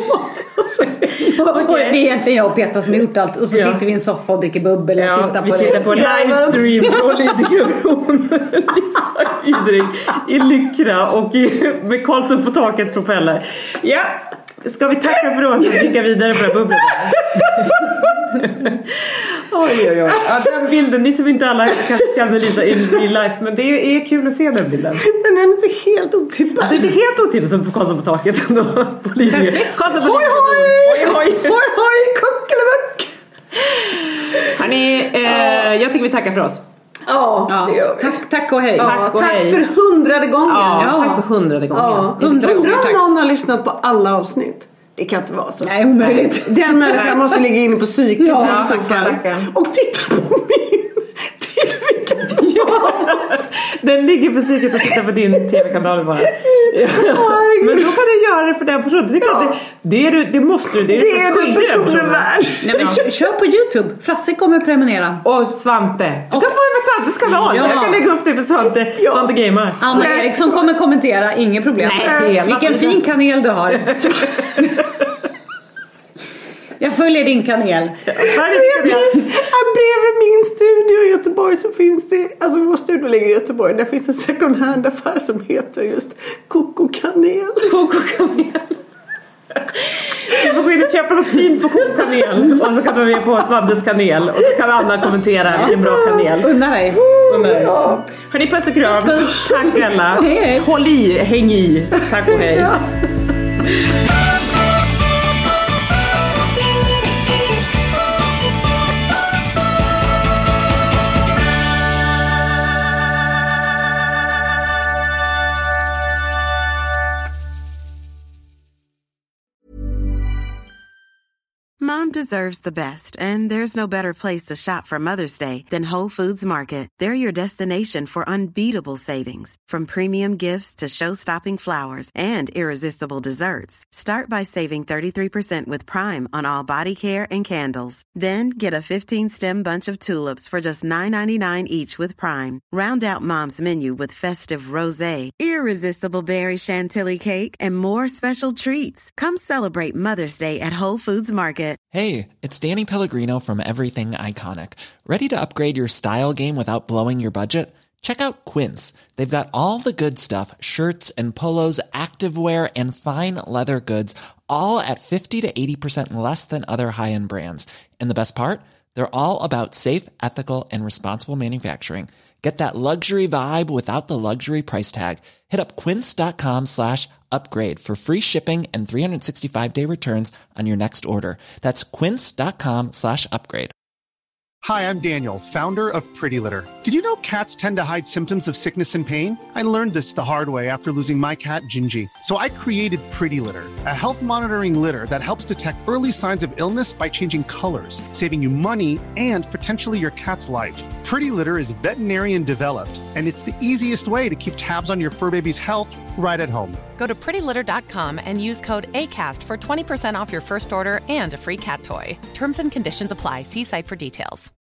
Det är egentligen jag och Petra som har gjort allt. Och så sitter vi i en soffa och dricker bubbel och tittar på det. Vi tittar på livestream på Lidingöbron. Lisa Idring i Lyckra och med Karlsson på taket propeller. Ja. Ska vi tacka för oss och dricka vidare på bubblan? Oj. Ja, den bilden, ni som inte alla kanske känner Lisa in real life, men det är kul att se den bilden. Den är inte helt otippad. Alltså det är helt otippad som på Karlsson på taket ändå. Hoj, kuckelebuck! Hörrni, jag tycker vi tackar för oss. Ja, det gör vi. Tack och hej. Tack för 100:e gången. Tack för 100:e gången. Undrar om någon har lyssnat på alla avsnitt. Det kan inte vara så. Nej, omöjligt. Den människan måste ligga inne på psyket. Och titta på min den ligger på psyket och tittar på din tv-kanal bara. Men då kan du göra det för den personen. Det måste du. Det är du personen värd. Nej, men kör på YouTube. Frasse kommer prenumerera. Och Svante. Du kan få det med Svantes kanal. Jag kan lägga upp det på Svante Gamer. Anna Eriksson kommer kommentera. Inget problem. Nej, vilken fin kanel du har. Jag följer din kanel. Bredvid min studio i Göteborg så finns det, alltså vår studio ligger i Göteborg, där finns en second hand affär som heter just Coco Kanel. Du får gå in och köpa något fint på Coco Kanel och så kan du med på Svantes kanel och så kan Anna kommentera vilken bra kanel. Unna dig. Hörni, puss och kram. Tack alla. Hej. Håll i, häng i. Tack och hej. Mom deserves the best, and there's no better place to shop for Mother's Day than Whole Foods Market. They're your destination for unbeatable savings, from premium gifts to show-stopping flowers and irresistible desserts. Start by saving 33% with Prime on all body care and candles. Then get a 15-stem bunch of tulips for just $9.99 each with Prime. Round out Mom's menu with festive rosé, irresistible berry chantilly cake, and more special treats. Come celebrate Mother's Day at Whole Foods Market. Hey, it's Danny Pellegrino from Everything Iconic. Ready to upgrade your style game without blowing your budget? Check out Quince. They've got all the good stuff, shirts and polos, activewear, and fine leather goods, all at 50 to 80% less than other high-end brands. And the best part? They're all about safe, ethical, and responsible manufacturing. Get that luxury vibe without the luxury price tag. Hit up quince.com/upgrade for free shipping and 365-day returns on your next order. That's quince.com/upgrade. Hi, I'm Daniel, founder of Pretty Litter. Did you know cats tend to hide symptoms of sickness and pain? I learned this the hard way after losing my cat, Gingy. So I created Pretty Litter, a health monitoring litter that helps detect early signs of illness by changing colors, saving you money and potentially your cat's life. Pretty Litter is veterinarian developed, and it's the easiest way to keep tabs on your fur baby's health right at home. Go to prettylitter.com and use code ACAST for 20% off your first order and a free cat toy. Terms and conditions apply. See site for details.